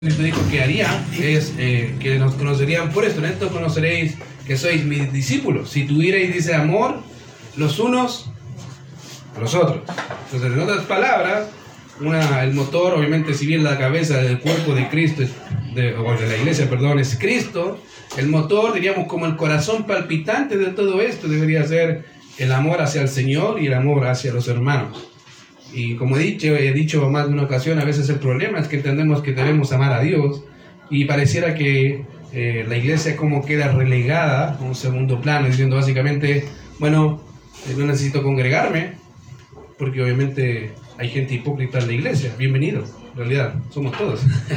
Cristo dijo que haría es que nos conocerían por esto. En esto conoceréis que sois mis discípulos, si tuvierais, dice, amor los unos a los otros. Entonces, en otras palabras, el motor, obviamente, si bien la cabeza del cuerpo de Cristo, o de la iglesia, perdón, es Cristo, el motor, diríamos, como el corazón palpitante de todo esto, debería ser el amor hacia el Señor y el amor hacia los hermanos. Y como he dicho más de una ocasión, a veces el problema es que entendemos que debemos amar a Dios y pareciera que la iglesia como queda relegada a un segundo plano, diciendo básicamente, bueno, no necesito congregarme, porque obviamente hay gente hipócrita en la iglesia. Bienvenido, en realidad, somos todos.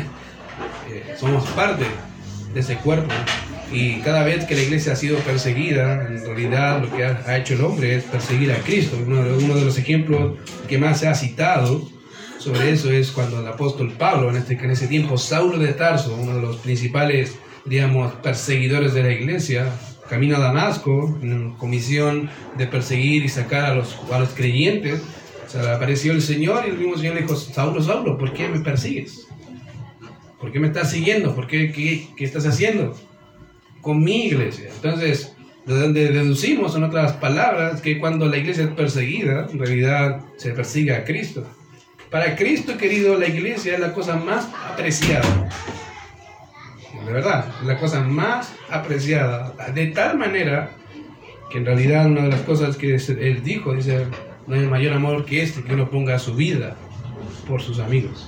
Somos parte de ese cuerpo. Y cada vez que la iglesia ha sido perseguida, en realidad lo que ha hecho el hombre es perseguir a Cristo. Uno de los ejemplos que más se ha citado sobre eso es cuando el apóstol Pablo, en ese tiempo Saulo de Tarso, uno de los principales, digamos, perseguidores de la iglesia, camino a Damasco, en comisión de perseguir y sacar a los creyentes. O sea, le apareció el Señor y el mismo Señor le dijo: Saulo, Saulo, ¿por qué me persigues? ¿Por qué me estás siguiendo? ¿Qué estás haciendo con mi iglesia? Entonces, de donde deducimos, en otras palabras, que cuando la iglesia es perseguida, en realidad se persigue a Cristo. Para Cristo, querido, la iglesia es la cosa más apreciada. De verdad, es la cosa más apreciada. De tal manera que en realidad una de las cosas que él dijo, dice, no hay mayor amor que este, que uno ponga su vida por sus amigos.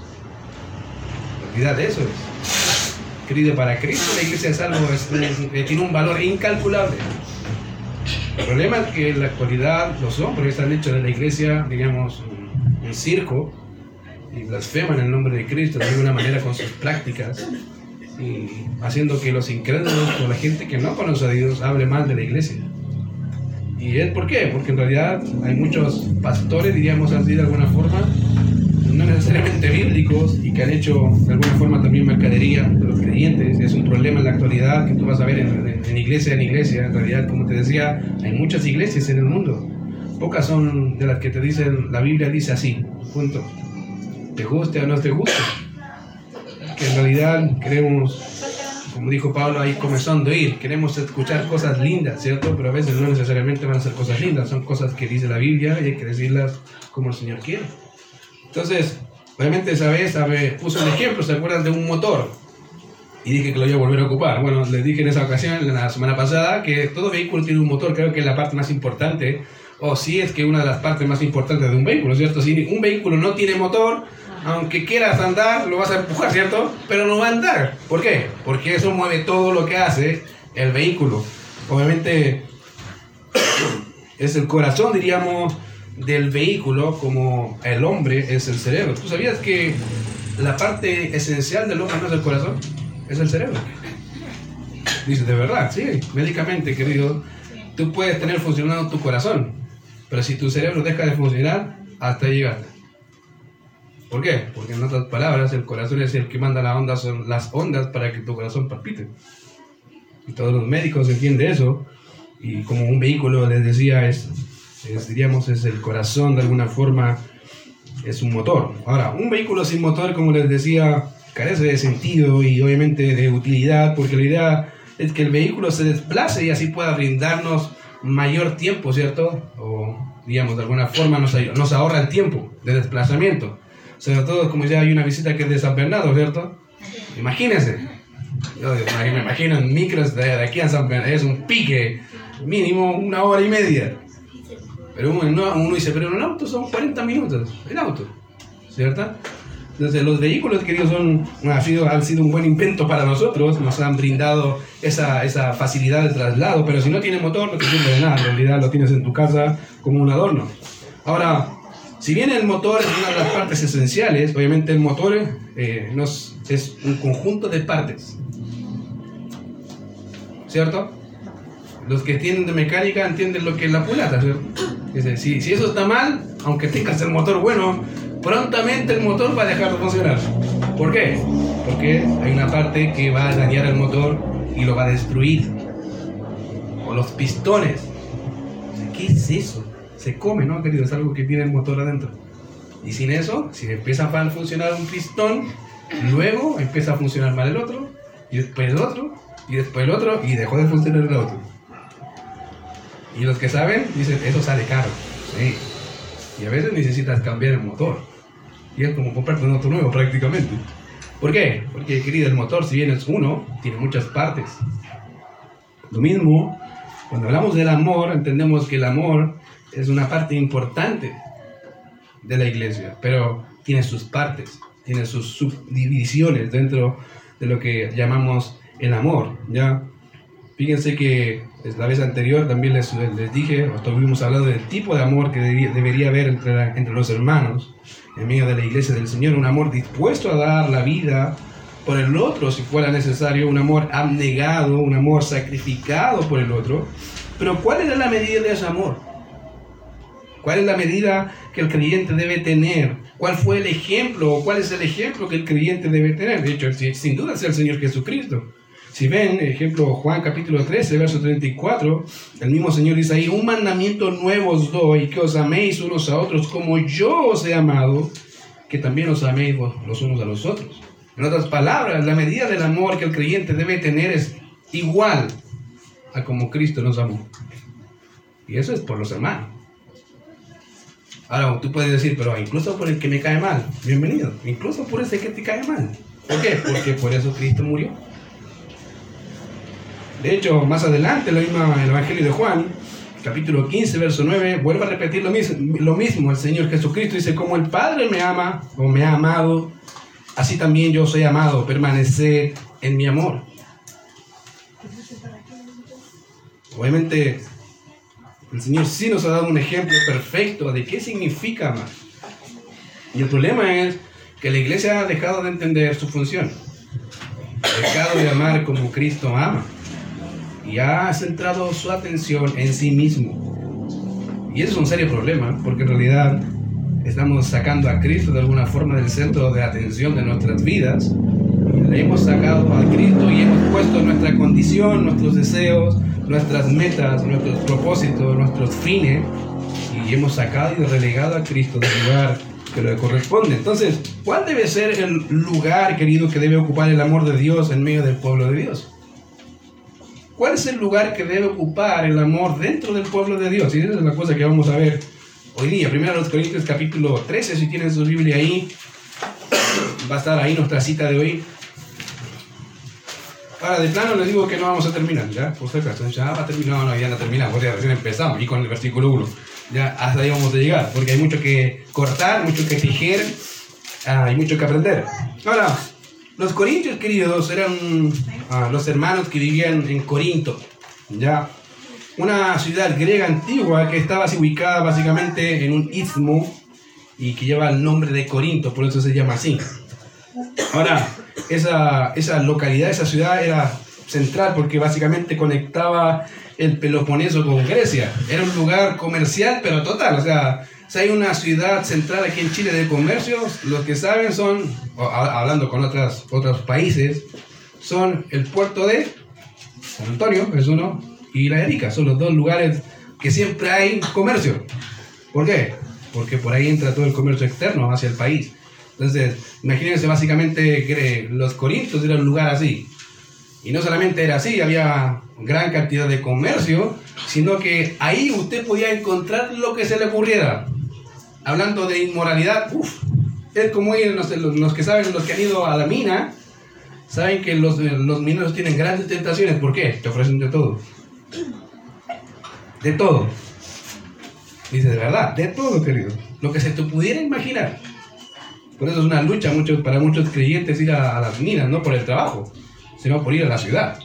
En realidad eso es. Querido, para Cristo la iglesia es algo, tiene un valor incalculable. El problema es que en la actualidad los hombres han hecho de la iglesia, digamos, un circo y blasfeman el nombre de Cristo de alguna manera con sus prácticas y haciendo que los incrédulos o la gente que no conoce a Dios hable mal de la iglesia. ¿Y es por qué? Porque en realidad hay muchos pastores, diríamos así de alguna forma, no necesariamente bíblicos, y que han hecho de alguna forma también mercadería de los creyentes. Es un problema en la actualidad que tú vas a ver en iglesia. En realidad, como te decía, hay muchas iglesias en el mundo. Pocas son de las que te dicen, la Biblia dice así, punto. Te guste o no te guste. Que en realidad queremos, como dijo Pablo, hay comezón de oír. Queremos escuchar cosas lindas, ¿cierto? Pero a veces no necesariamente van a ser cosas lindas. Son cosas que dice la Biblia y hay que decirlas como el Señor quiere. Entonces, obviamente esa vez puso el ejemplo, ¿se acuerdan de un motor? Y dije que lo iba a volver a ocupar. Bueno, les dije en esa ocasión, la semana pasada, que todo vehículo tiene un motor. Creo que es la parte más importante, o sí es que una de las partes más importantes de un vehículo, ¿cierto? Si un vehículo no tiene motor, aunque quieras andar, lo vas a empujar, ¿cierto? Pero no va a andar. ¿Por qué? Porque eso mueve todo lo que hace el vehículo. Obviamente, es el corazón, diríamos, del vehículo, como el hombre es el cerebro. ¿Tú sabías que la parte esencial del hombre no es el corazón? Es el cerebro. Dices, ¿de verdad? Sí, médicamente, querido, tú puedes tener funcionando tu corazón, pero si tu cerebro deja de funcionar, hasta llegaste. ¿Por qué? Porque en otras palabras, el corazón es el que manda las ondas para que tu corazón palpite. Y todos los médicos entienden eso, y como un vehículo, les decía, diríamos, es el corazón, de alguna forma, es un motor. Ahora, un vehículo sin motor, como les decía, carece de sentido y obviamente de utilidad, porque la idea es que el vehículo se desplace y así pueda brindarnos mayor tiempo, ¿cierto? O, digamos, de alguna forma nos ahorra el tiempo de desplazamiento. Sobre todo, como ya hay una visita que es de San Bernardo, ¿cierto? Imagínense. Yo me imagino en micros de aquí a San Bernardo, es un pique, mínimo 1 hora y media. Pero uno dice, pero en un auto son 40 minutos, el auto, ¿cierto? Entonces los vehículos, queridos, han sido un buen invento para nosotros, nos han brindado esa facilidad de traslado, pero si no tiene motor no te sirve de nada, en realidad lo tienes en tu casa como un adorno. Ahora, si bien el motor es una de las partes esenciales, obviamente el motor es un conjunto de partes, ¿cierto? Los que entienden de mecánica entienden lo que es la culata, ¿cierto? Si eso está mal, aunque tengas el motor bueno, prontamente el motor va a dejar de funcionar. ¿Por qué? Porque hay una parte que va a dañar el motor y lo va a destruir. O los pistones. ¿Qué es eso? Se come, ¿no, querido? Es algo que tiene el motor adentro. Y sin eso, si empieza a funcionar un pistón, Luego empieza a funcionar mal el otro, y después el otro, y después el otro, y dejó de funcionar el otro. Y los que saben dicen, eso sale caro. Sí. Y a veces necesitas cambiar el motor. Y es como comprarte un auto nuevo prácticamente. ¿Por qué? Porque, querido, el motor, si bien es uno, tiene muchas partes. Lo mismo, cuando hablamos del amor, entendemos que el amor es una parte importante de la iglesia, pero tiene sus partes, tiene sus subdivisiones dentro de lo que llamamos el amor, ¿ya? Fíjense que la vez anterior también les dije, o estuvimos hablando del tipo de amor que debería haber entre los hermanos, en medio de la iglesia del Señor, un amor dispuesto a dar la vida por el otro si fuera necesario, un amor abnegado, un amor sacrificado por el otro. Pero ¿cuál era la medida de ese amor? ¿Cuál es la medida que el creyente debe tener? ¿Cuál fue el ejemplo o cuál es el ejemplo que el creyente debe tener? De hecho, sin duda es el Señor Jesucristo. Si ven, ejemplo, Juan capítulo 13, verso 34, el mismo Señor dice ahí, un mandamiento nuevo os doy, que os améis unos a otros como yo os he amado, que también os améis los unos a los otros. En otras palabras, la medida del amor que el creyente debe tener es igual a como Cristo nos amó. Y eso es por los hermanos. Ahora, tú puedes decir, pero incluso por el que me cae mal, bienvenido. Incluso por ese que te cae mal. ¿Por qué? Porque por eso Cristo murió. De hecho, más adelante, el Evangelio de Juan, capítulo 15, verso 9, vuelve a repetir lo mismo. El Señor Jesucristo dice, como el Padre me ama, o me ha amado, así también yo soy amado, permaneced en mi amor. Obviamente, el Señor sí nos ha dado un ejemplo perfecto de qué significa amar. Y el problema es que la iglesia ha dejado de entender su función. Ha dejado de amar como Cristo ama. Y ha centrado su atención en sí mismo. Y eso es un serio problema, porque en realidad estamos sacando a Cristo de alguna forma del centro de atención de nuestras vidas. Le hemos sacado a Cristo y hemos puesto nuestra condición, nuestros deseos, nuestras metas, nuestros propósitos, nuestros fines, y hemos sacado y relegado a Cristo del lugar que le corresponde. Entonces, ¿cuál debe ser el lugar, querido, que debe ocupar el amor de Dios en medio del pueblo de Dios? ¿Cuál es el lugar que debe ocupar el amor dentro del pueblo de Dios? Y esa es la cosa que vamos a ver hoy día. Primero los Corintios capítulo 13, si tienen su Biblia ahí, va a estar ahí nuestra cita de hoy. Ahora, de plano les digo que no vamos a terminar, ¿ya? Por si acaso, ya va a terminar, no, ya no terminamos, ya recién empezamos, y con el versículo 1, ya hasta ahí vamos a llegar, porque hay mucho que cortar, mucho que tejer, hay mucho que aprender. Ahora, los corintios, queridos, eran los hermanos que vivían en Corinto, ¿ya? Una ciudad griega antigua que estaba así ubicada básicamente en un istmo y que lleva el nombre de Corinto, por eso se llama así. Ahora, esa localidad, esa ciudad era central porque básicamente conectaba el Peloponeso con Grecia. Era un lugar comercial, pero total. O sea, si hay una ciudad central aquí en Chile de comercio, los que saben son, hablando con otros países, son el puerto de San Antonio, es uno, y la Arica. Son los dos lugares que siempre hay comercio. ¿Por qué? Porque por ahí entra todo el comercio externo hacia el país. Entonces, imagínense básicamente que los Corintios eran un lugar así. Y no solamente era así, había gran cantidad de comercio, sino que ahí usted podía encontrar lo que se le ocurriera. Hablando de inmoralidad, es como ir, los que saben, los que han ido a la mina, saben que los mineros tienen grandes tentaciones. ¿Por qué? Te ofrecen de todo. De todo. Dice, de verdad, de todo, querido. Lo que se te pudiera imaginar. Por eso es una lucha para muchos creyentes ir a las minas, no por el trabajo, sino por ir a la ciudad.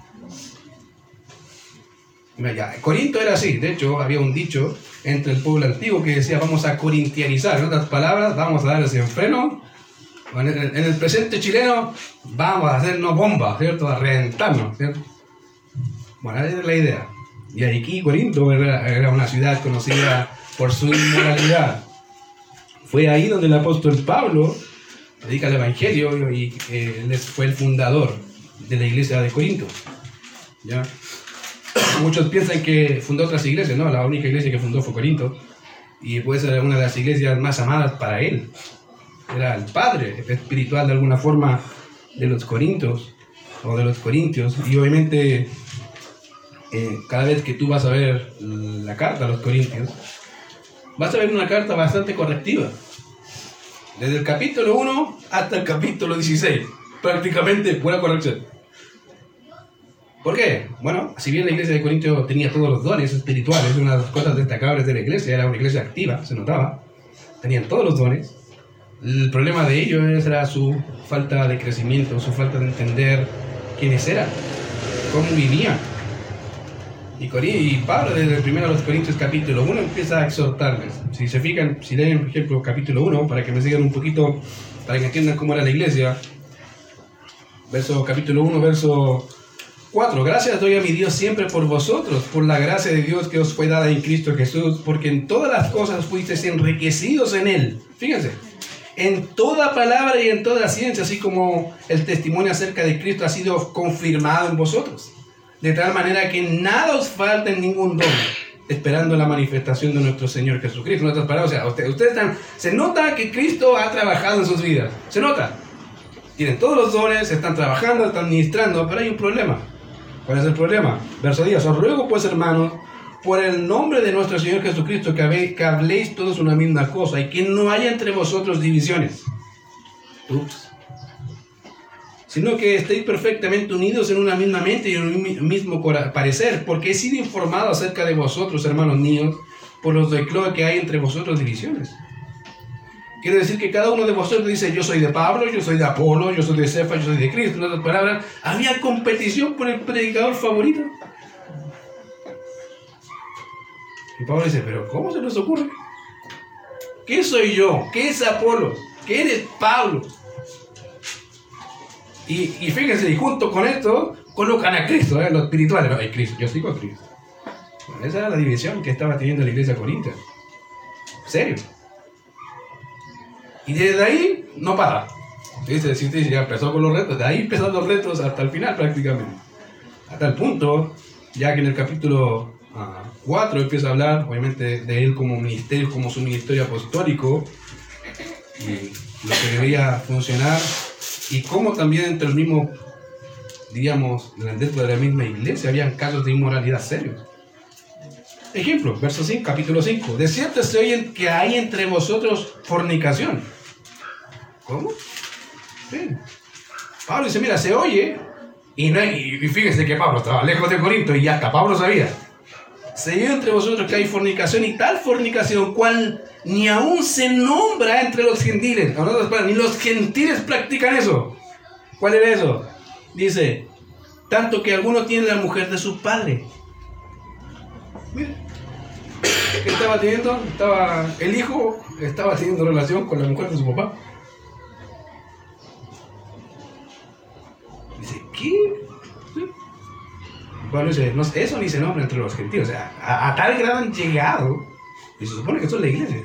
Corinto era así. De hecho, había un dicho entre el pueblo antiguo que decía, vamos a corintianizar. En otras palabras, vamos a dar ese freno. En el presente chileno, vamos a hacernos bombas, ¿cierto? A reventarnos, ¿cierto? Bueno, esa es la idea. Y aquí Corinto era una ciudad conocida por su inmoralidad. Fue ahí donde el apóstol Pablo predica el Evangelio y él fue el fundador de la iglesia de Corinto. ¿Ya? Muchos piensan que fundó otras iglesias, no, la única iglesia que fundó fue Corinto y puede ser una de las iglesias más amadas para él. era el padre espiritual de alguna forma de los corintios, y obviamente cada vez que tú vas a ver la carta a los corintios, vas a ver una carta bastante correctiva. Desde el capítulo 1 hasta el capítulo 16. Prácticamente pura corrección. ¿Por qué? Bueno, si bien la iglesia de Corinto tenía todos los dones espirituales, una de las cosas destacables de la iglesia, era una iglesia activa, se notaba. Tenían todos los dones. El problema de ellos era su falta de crecimiento, su falta de entender quiénes eran, cómo vivían. Y Pablo, desde el primero a los Corintios capítulo 1, empieza a exhortarles. Si se fijan, si leen, por ejemplo, capítulo 1, para que me sigan un poquito, para que entiendan cómo era la iglesia. Capítulo 1, verso 4. Gracias doy a mi Dios siempre por vosotros, por la gracia de Dios que os fue dada en Cristo Jesús, porque en todas las cosas fuisteis enriquecidos en Él. Fíjense, en toda palabra y en toda ciencia, así como el testimonio acerca de Cristo ha sido confirmado en vosotros. De tal manera que nada os falta en ningún don, esperando la manifestación de nuestro Señor Jesucristo. En otras palabras, o sea, ustedes se nota que Cristo ha trabajado en sus vidas. Se nota. Tienen todos los dones, están trabajando, están ministrando, pero hay un problema. ¿Cuál es el problema? Verso 10. Os ruego pues, hermanos, por el nombre de nuestro Señor Jesucristo, que habléis todos una misma cosa y que no haya entre vosotros divisiones. Sino que estéis perfectamente unidos en una misma mente y en un mismo parecer, porque he sido informado acerca de vosotros, hermanos míos, por los declaro que hay entre vosotros divisiones. Quiere decir que cada uno de vosotros dice, yo soy de Pablo, yo soy de Apolo, yo soy de Cefas, yo soy de Cristo. En otras palabras, había competición por el predicador favorito. Y Pablo dice, pero ¿cómo se les ocurre? ¿Qué soy yo? ¿Qué es Apolo? ¿Qué eres Pablo? Y fíjense, y junto con esto, colocan a Cristo, los espirituales. No, Cristo, yo sigo a Cristo. Bueno, esa era la división que estaba teniendo la iglesia corintia. ¿En serio? Y desde ahí no para. Dice, ya empezó con los retos, de ahí empezaron los retos hasta el final prácticamente. Hasta el punto, ya que en el capítulo 4 empieza a hablar, obviamente, de él como ministerio, como su ministerio apostólico, y lo que debería funcionar, y cómo también entre el mismo, digamos, dentro de la misma iglesia, habían casos de inmoralidad serios. Ejemplo, verso 5, capítulo 5. De cierto se oye que hay entre vosotros fornicación. ¿Cómo? Sí. Pablo dice, mira, se oye, y fíjense que Pablo estaba lejos de Corinto y hasta Pablo sabía. Se oye entre vosotros que hay fornicación, y tal fornicación cual ni aún se nombra entre los gentiles. Ni los gentiles practican eso. ¿Cuál era eso? Dice, tanto que alguno tiene la mujer de su padre. Mira, ¿qué estaba teniendo? El hijo estaba teniendo relación con la mujer de su papá. Dice, ¿qué? ¿Sí? Pablo dice, no, eso ni se nombra entre los gentiles. O sea, a tal grado han llegado, y se supone que eso es la iglesia.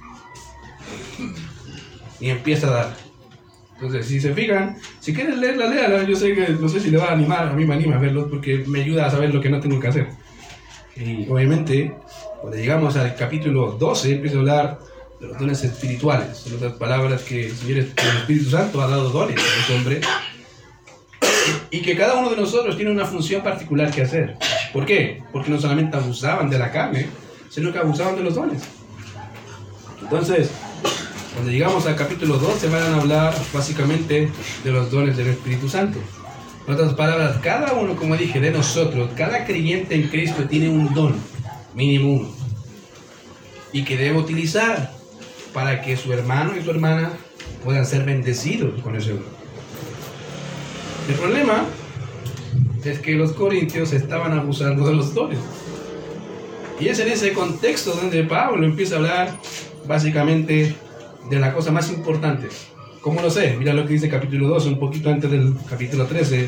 Y empieza a dar. Entonces, si se fijan, si quieres leerla, léala. Yo sé que, no sé si le va a animar, a mí me anima a verlo, porque me ayuda a saber lo que no tengo que hacer. Y obviamente, cuando llegamos al capítulo 12, empieza a hablar de los dones espirituales. En otras palabras, que el Señor, el Espíritu Santo, ha dado dones a los hombres, y que cada uno de nosotros tiene una función particular que hacer. ¿Por qué? Porque no solamente abusaban de la carne, sino que abusaban de los dones. Entonces, cuando llegamos al capítulo 12, van a hablar básicamente de los dones del Espíritu Santo. En otras palabras, cada uno, como dije, de nosotros, cada creyente en Cristo tiene un don, mínimo uno, y que debe utilizar para que su hermano y su hermana puedan ser bendecidos con ese don. El problema es que los corintios estaban abusando de los dones. Y es en ese contexto donde Pablo empieza a hablar básicamente de la cosa más importante. ¿Cómo lo sé? Mira lo que dice capítulo 12, un poquito antes del capítulo 13,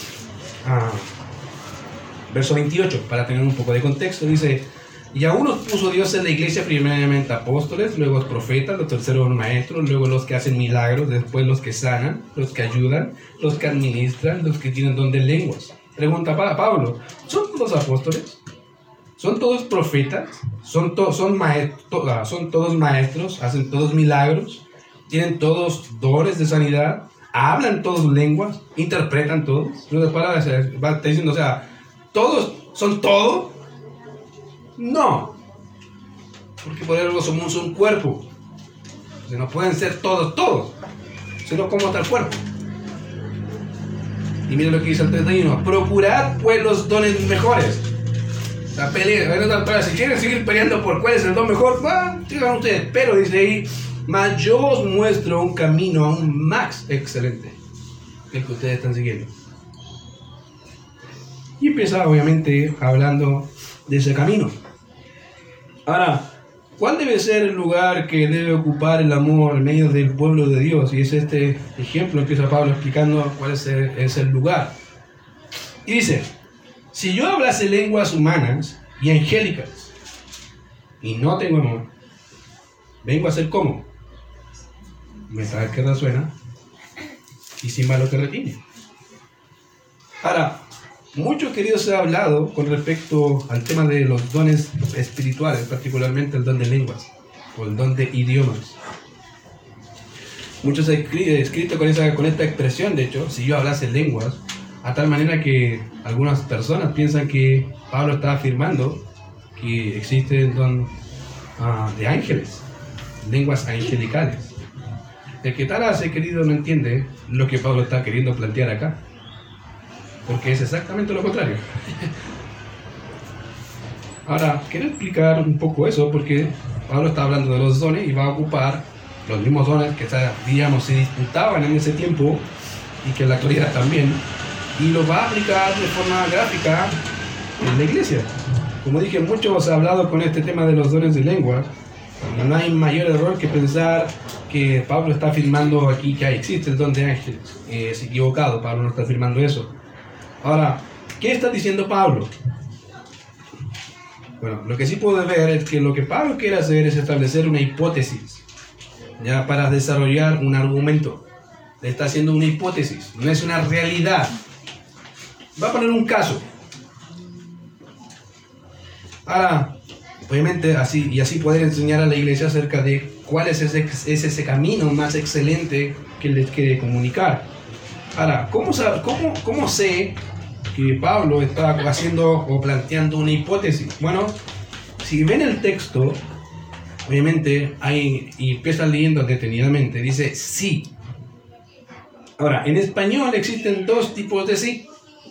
verso 28, para tener un poco de contexto. Dice, y a unos puso Dios en la iglesia primeramente apóstoles, luego profetas, los terceros maestros, luego los que hacen milagros, después los que sanan, los que ayudan, los que administran, los que tienen don de lenguas. Pregunta Pablo, ¿son todos apóstoles? ¿Son todos profetas? ¿Son todos maestros? ¿Hacen todos milagros? tienen todos dones de sanidad, hablan todos lenguas, interpretan todos. En otras palabras, está diciendo, o sea, ¿todos son todo? No. Porque por eso somos un cuerpo. O sea, no pueden ser todos, sino como está el cuerpo. Y mira lo que dice el 31. Procurad pues los dones mejores. La pelea, si quieren seguir peleando por cuál es el don mejor, sigan ustedes. Pero dice ahí, mas yo os muestro un camino aún más excelente que el que ustedes están siguiendo. Y empieza obviamente hablando de ese camino. Ahora, ¿cuál debe ser el lugar que debe ocupar el amor en medio del pueblo de Dios? Y es este ejemplo, empieza Pablo explicando cuál es el lugar. Y dice, si yo hablase lenguas humanas y angélicas y no tengo amor, vengo a ser como metal que resuena y címbalo que retiene. Ahora, mucho, queridos, se ha hablado con respecto al tema de los dones espirituales, particularmente el don de lenguas o el don de idiomas. Muchos han escrito con esta expresión, de hecho, si yo hablase lenguas, a tal manera que algunas personas piensan que Pablo está afirmando que existe el don de ángeles, lenguas angelicales. El que tal hace, querido, no entiende lo que Pablo está queriendo plantear acá, porque es exactamente lo contrario. Ahora, quiero explicar un poco eso, porque Pablo está hablando de los dones y va a ocupar los mismos dones que, digamos, se disputaban en ese tiempo y que en la actualidad también, y lo va a aplicar de forma gráfica en la iglesia. Como dije, muchos han hablado con este tema de los dones de lengua. No hay mayor error que pensar que Pablo está afirmando aquí que existe el don de ángeles. Es equivocado, Pablo no está afirmando eso. Ahora, ¿qué está diciendo Pablo? Bueno, lo que sí puedo ver es que lo que Pablo quiere hacer es establecer una hipótesis, ya, para desarrollar un argumento. Le está haciendo una hipótesis, no es una realidad. Va a poner un caso. Ahora, obviamente, así poder enseñar a la iglesia acerca de cuál es ese camino más excelente que les quiere comunicar. Ahora, ¿cómo sé que Pablo está haciendo o planteando una hipótesis? Bueno, si ven el texto, obviamente, y empiezan leyendo detenidamente, dice sí. Ahora, en español existen dos tipos de sí.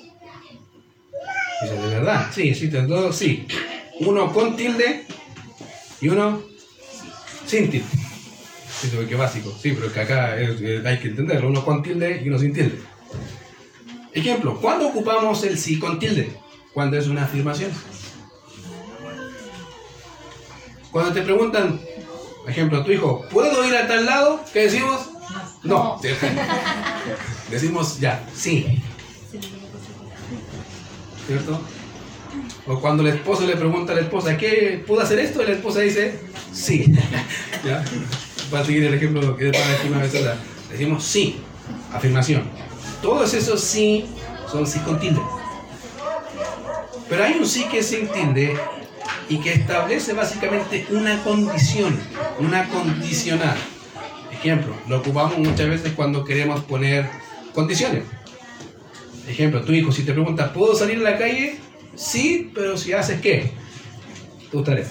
Dice, ¿de verdad? Sí, existen dos sí. Uno con tilde y uno sin tilde. Eso es que básico, sí, pero es que acá hay que entenderlo. Uno con tilde y uno sin tilde. Ejemplo, ¿cuándo ocupamos el sí con tilde? Cuando es una afirmación. Cuando te preguntan, por ejemplo, a tu hijo, ¿puedo ir a tal lado? ¿Qué decimos? No. Decimos ya, sí. ¿Cierto? O cuando el esposo le pregunta a la esposa, ¿qué puedo hacer esto? Y la esposa dice, sí. ¿Ya? Para seguir el ejemplo que para decir una vez, decimos sí, afirmación. Todos esos sí son sí con tilde. Pero hay un sí que es sin tilde y que establece básicamente una condición, una condicional. Ejemplo, lo ocupamos muchas veces cuando queremos poner condiciones. Ejemplo, tu hijo, si te pregunta, ¿puedo salir a la calle? Sí, pero si haces ¿qué? Tus tareas.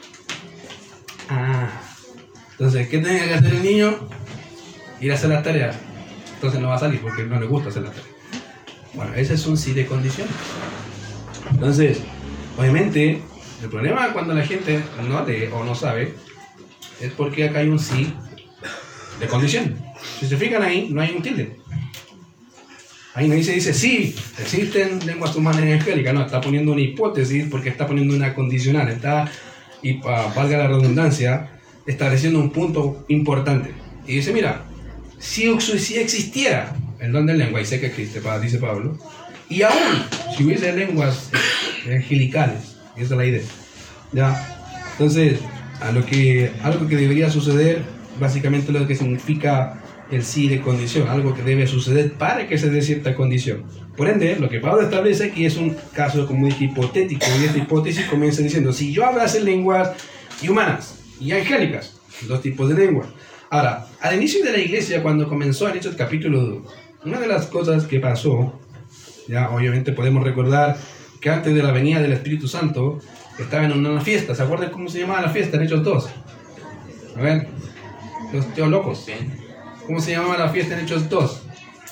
Entonces, ¿qué tiene que hacer el niño? Ir a hacer las tareas. Entonces no va a salir porque no le gusta hacer las tareas. Bueno, ese es un sí de condición. Entonces, obviamente, el problema cuando la gente no lee o no sabe es porque acá hay un sí de condición. Si se fijan ahí, no hay un tilde. Ahí no dice sí, existen lenguas humanas y angélicas. No, está poniendo una hipótesis porque está poniendo una condicional. Está, y valga la redundancia, estableciendo un punto importante. Y dice, mira, si existiera el don de lengua, y sé que existe, dice Pablo, y aún si hubiese lenguas angelicales, esa es la idea, ¿ya? Entonces, algo que debería suceder, básicamente lo que significa el sí de condición, algo que debe suceder para que se dé cierta condición. Por ende, lo que Pablo establece aquí es un caso, como dije, hipotético, y esta hipótesis comienza diciendo, si yo hablase lenguas humanas y angélicas, dos tipos de lenguas, Ahora, al inicio de la iglesia, cuando comenzó en Hechos capítulo 2, una de las cosas que pasó, ya obviamente podemos recordar que antes de la venida del Espíritu Santo, estaban en una fiesta. ¿Se acuerdan cómo se llamaba la fiesta en Hechos 2? A ver, los teólogos. ¿Cómo se llamaba la fiesta en Hechos 2?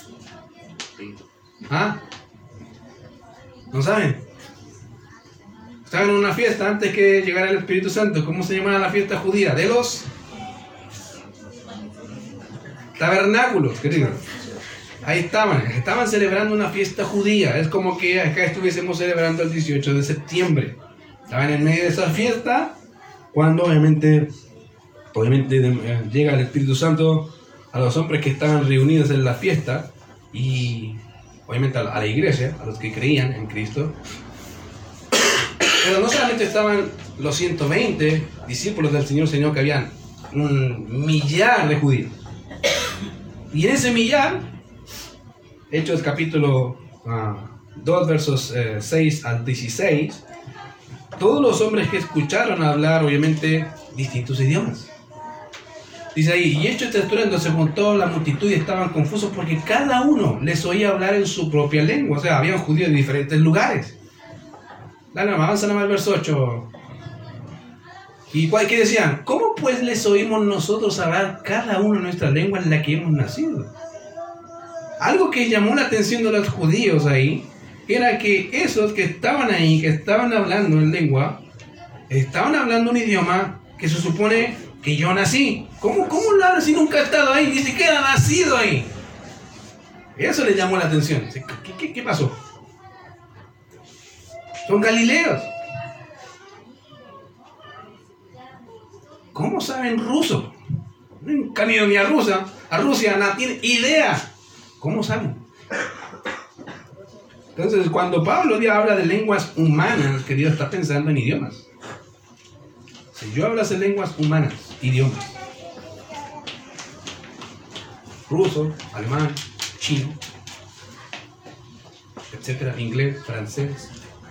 ¿Ah? ¿No saben? Estaban en una fiesta antes que llegara el Espíritu Santo. ¿Cómo se llamaba la fiesta judía? De los tabernáculos, queridos. Ahí estaban celebrando una fiesta judía. Es como que acá estuviésemos celebrando el 18 de septiembre. Estaban en medio de esa fiesta cuando obviamente llega el Espíritu Santo a los hombres que estaban reunidos en la fiesta y obviamente a la iglesia, a los que creían en Cristo. Pero no solamente estaban los 120 discípulos del Señor, sino que habían un millar de judíos. Y en ese millar, Hechos capítulo 2, versos 6 al 16, todos los hombres que escucharon hablar, obviamente, distintos idiomas. Dice ahí, y hecho este estruendo se juntó la multitud y estaban confusos porque cada uno les oía hablar en su propia lengua. O sea, habían judíos de diferentes lugares. Dale, avanza al verso 8. ¿Y qué decían? ¿Cómo pues les oímos nosotros hablar cada uno nuestra lengua en la que hemos nacido? Algo que llamó la atención de los judíos ahí era que esos que estaban ahí, que estaban hablando en lengua, estaban hablando un idioma que se supone que yo nací. ¿Cómo lo hablan si nunca he estado ahí? Ni siquiera he nacido ahí. Eso les llamó la atención. ¿Qué pasó? Son galileos. ¿Cómo saben ruso? Nunca han ido ni a Rusia, no tienen idea. ¿Cómo saben? Entonces, cuando Pablo habla de lenguas humanas, que Dios está pensando en idiomas. Si yo hablas de lenguas humanas, idiomas, ruso, alemán, chino, etcétera, inglés, francés,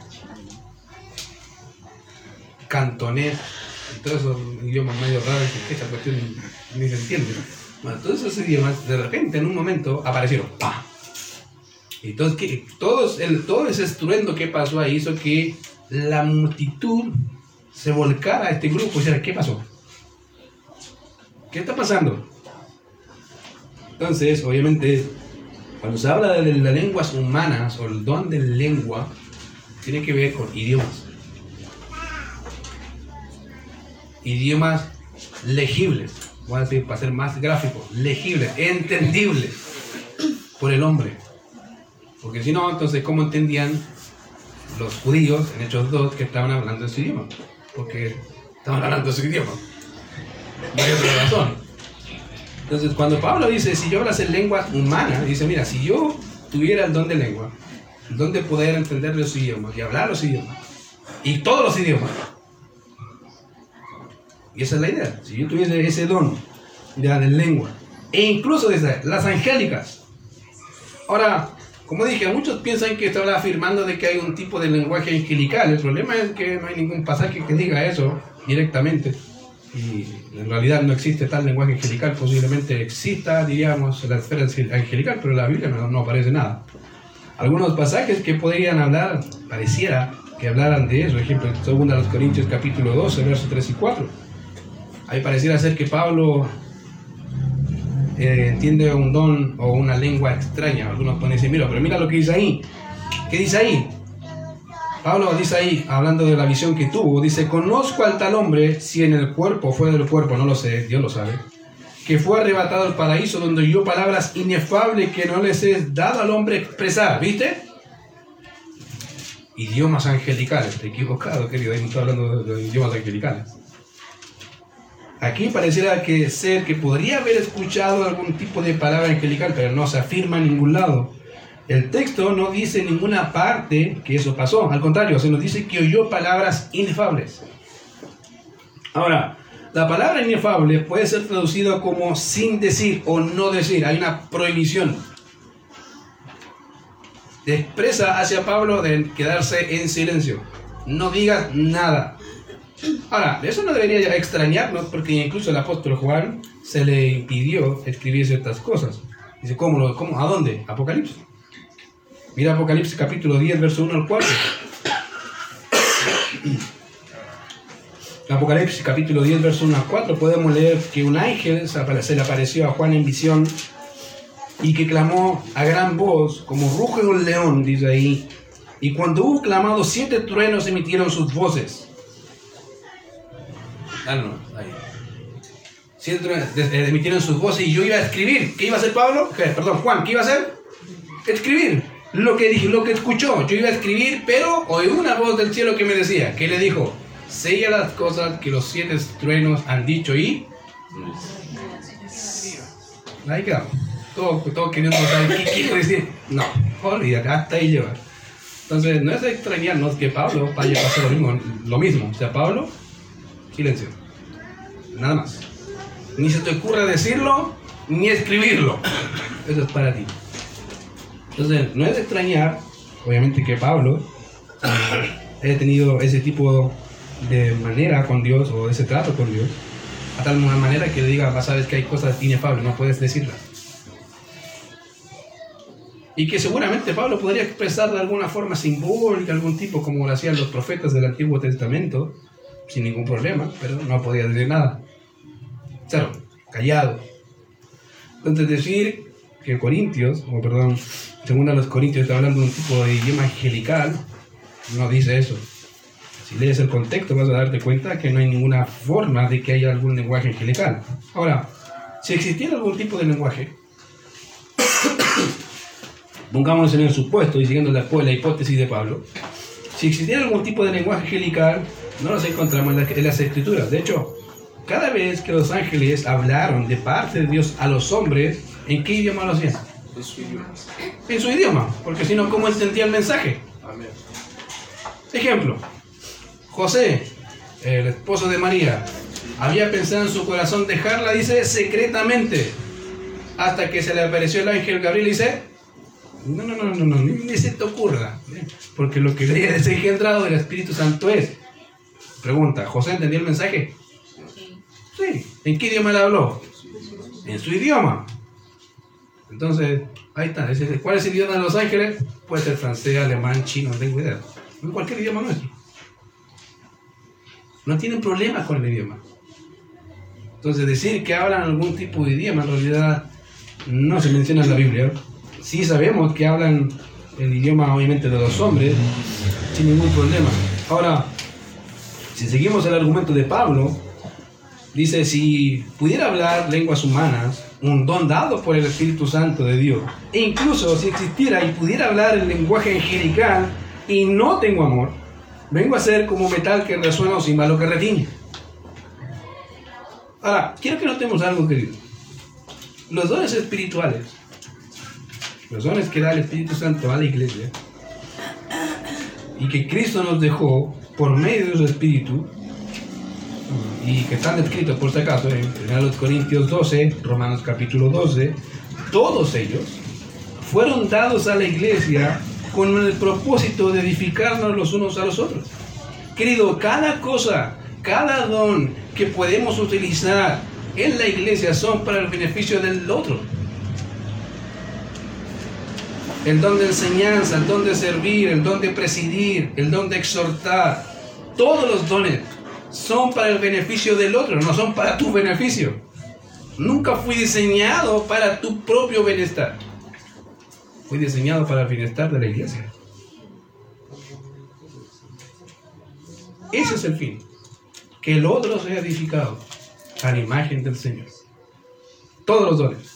cantonés, y todos esos idiomas medio raros, que esa cuestión ni se entiende. Bueno, todos esos idiomas, de repente, en un momento, aparecieron. ¡Pam! Y todo ese estruendo que pasó ahí hizo que la multitud se volcara a este grupo y dijera, ¿qué pasó? ¿Qué está pasando? Entonces, obviamente, cuando se habla de las lenguas humanas o el don de lengua, tiene que ver con idiomas. Idiomas legibles, voy a decir para ser más gráfico, legibles, entendibles por el hombre. Porque si no, entonces, ¿cómo entendían los judíos en Hechos 2 que estaban hablando ese idioma? Porque estaban hablando ese idioma. No hay otra razón. Entonces, cuando Pablo dice, si yo hablas en lenguas humanas, dice, mira, si yo tuviera el don de lengua, el don de poder entender los idiomas y hablar los idiomas, y todos los idiomas, y esa es la idea, si yo tuviese ese don ya de lengua, e incluso dice, las angélicas. Ahora, como dije, muchos piensan que estaba afirmando de que hay un tipo de lenguaje angelical. El problema es que no hay ningún pasaje que diga eso directamente. Y en realidad no existe tal lenguaje angelical. Posiblemente exista, diríamos, la esfera angelical, pero en la Biblia no aparece nada. Algunos pasajes que podrían hablar, pareciera que hablaran de eso. Por ejemplo, 2 Corintios capítulo 12, versos 3 y 4. Ahí pareciera ser que Pablo entiende un don o una lengua extraña. Algunos pueden decir, pero mira lo que dice ahí. ¿Qué dice ahí? Pablo dice ahí, hablando de la visión que tuvo, dice, conozco al tal hombre, si en el cuerpo o fuera del cuerpo, no lo sé, Dios lo sabe, que fue arrebatado al paraíso, donde oyó palabras inefables que no les es dado al hombre expresar. ¿Viste? Idiomas angelicales. Te he equivocado, querido, ahí no estoy hablando de idiomas angelicales. Aquí pareciera que podría haber escuchado algún tipo de palabra angelical, pero no se afirma en ningún lado. El texto no dice en ninguna parte que eso pasó. Al contrario, se nos dice que oyó palabras inefables. Ahora, la palabra inefable puede ser traducida como sin decir o no decir. Hay una prohibición. Expresa hacia Pablo de quedarse en silencio. No digas nada. Ahora, eso no debería extrañarnos porque incluso al apóstol Juan se le impidió escribir ciertas cosas. Dice, ¿cómo? ¿A dónde? Apocalipsis. Mira Apocalipsis capítulo 10, verso 1 al 4. Apocalipsis capítulo 10, verso 1 al 4 podemos leer que un ángel se le apareció a Juan en visión y que clamó a gran voz como ruge un león, dice ahí. Y cuando hubo clamado, 7 truenos emitieron sus voces. Ahí. 7 truenos emitieron sus voces y yo iba a escribir. ¿Qué iba a hacer Pablo? Juan, ¿qué iba a hacer? Escribir. Lo que escuchó. Yo iba a escribir, pero oí una voz del cielo que me decía. ¿Qué le dijo? Sella las cosas que los 7 truenos han dicho y... Ahí quedamos. Todos queriendo saber qué quiero decir. No, olvídate, hasta ahí lleva. Entonces, no es de extrañarnos que Pablo vaya a pasar lo mismo. O sea, Pablo, silencio. Nada más. Ni se te ocurra decirlo, ni escribirlo. Eso es para ti. Entonces, no es de extrañar, obviamente, que Pablo haya tenido ese tipo de manera con Dios, o ese trato con Dios, a tal manera que le diga, sabes que hay cosas inefables, no puedes decirlas. Y que seguramente Pablo podría expresar de alguna forma simbólica, algún tipo, como lo hacían los profetas del Antiguo Testamento, sin ningún problema, pero no podía decir nada. Cero, callado. Entonces decir que según a los Corintios está hablando de un tipo de idioma angelical, no dice eso. Si lees el contexto vas a darte cuenta que no hay ninguna forma de que haya algún lenguaje angelical. Ahora, si existiera algún tipo de lenguaje, pongámonos en el supuesto y siguiendo la hipótesis de Pablo, si existiera algún tipo de lenguaje angelical, no los encontramos en las Escrituras. De hecho, cada vez que los ángeles hablaron de parte de Dios a los hombres, ¿en qué idioma lo hacían? En su idioma. En su idioma, porque si no, ¿cómo entendía el mensaje? Amén. Ejemplo, José, el esposo de María, había pensado en su corazón dejarla, dice, secretamente, hasta que se le apareció el ángel Gabriel y dice, no, ni se te ocurra, porque lo que le haya desengendrado del Espíritu Santo es. Pregunta, ¿José entendió el mensaje? Sí. ¿En qué idioma le habló? En su idioma. Entonces, ahí está. ¿Cuál es el idioma de los ángeles? Puede ser francés, alemán, chino, no tengo idea. En cualquier idioma nuestro. No tienen problemas con el idioma. Entonces, decir que hablan algún tipo de idioma, en realidad, no se menciona en la Biblia. Sí sabemos que hablan el idioma, obviamente, de los hombres, sin ningún problema. Ahora, si seguimos el argumento de Pablo, dice, si pudiera hablar lenguas humanas, un don dado por el Espíritu Santo de Dios, e incluso si existiera y pudiera hablar el lenguaje angelical y no tengo amor, vengo a ser como metal que resuena o címbalo que retiñe. Ahora, quiero que notemos algo, querido. Los dones espirituales, los dones que da el Espíritu Santo a la iglesia, y que Cristo nos dejó por medio de su Espíritu, y que están descritos por si acaso en 1 Corintios 12, Romanos capítulo 12, todos ellos fueron dados a la iglesia con el propósito de edificarnos los unos a los otros. Querido, cada cosa, cada don que podemos utilizar en la iglesia son para el beneficio del otro. El don de enseñanza, el don de servir, el don de presidir, el don de exhortar, todos los dones son para el beneficio del otro, no son para tu beneficio. Nunca fui diseñado para tu propio bienestar. Fui diseñado para el bienestar de la iglesia. Ese es el fin. Que el otro sea edificado a la imagen del Señor. Todos los dones.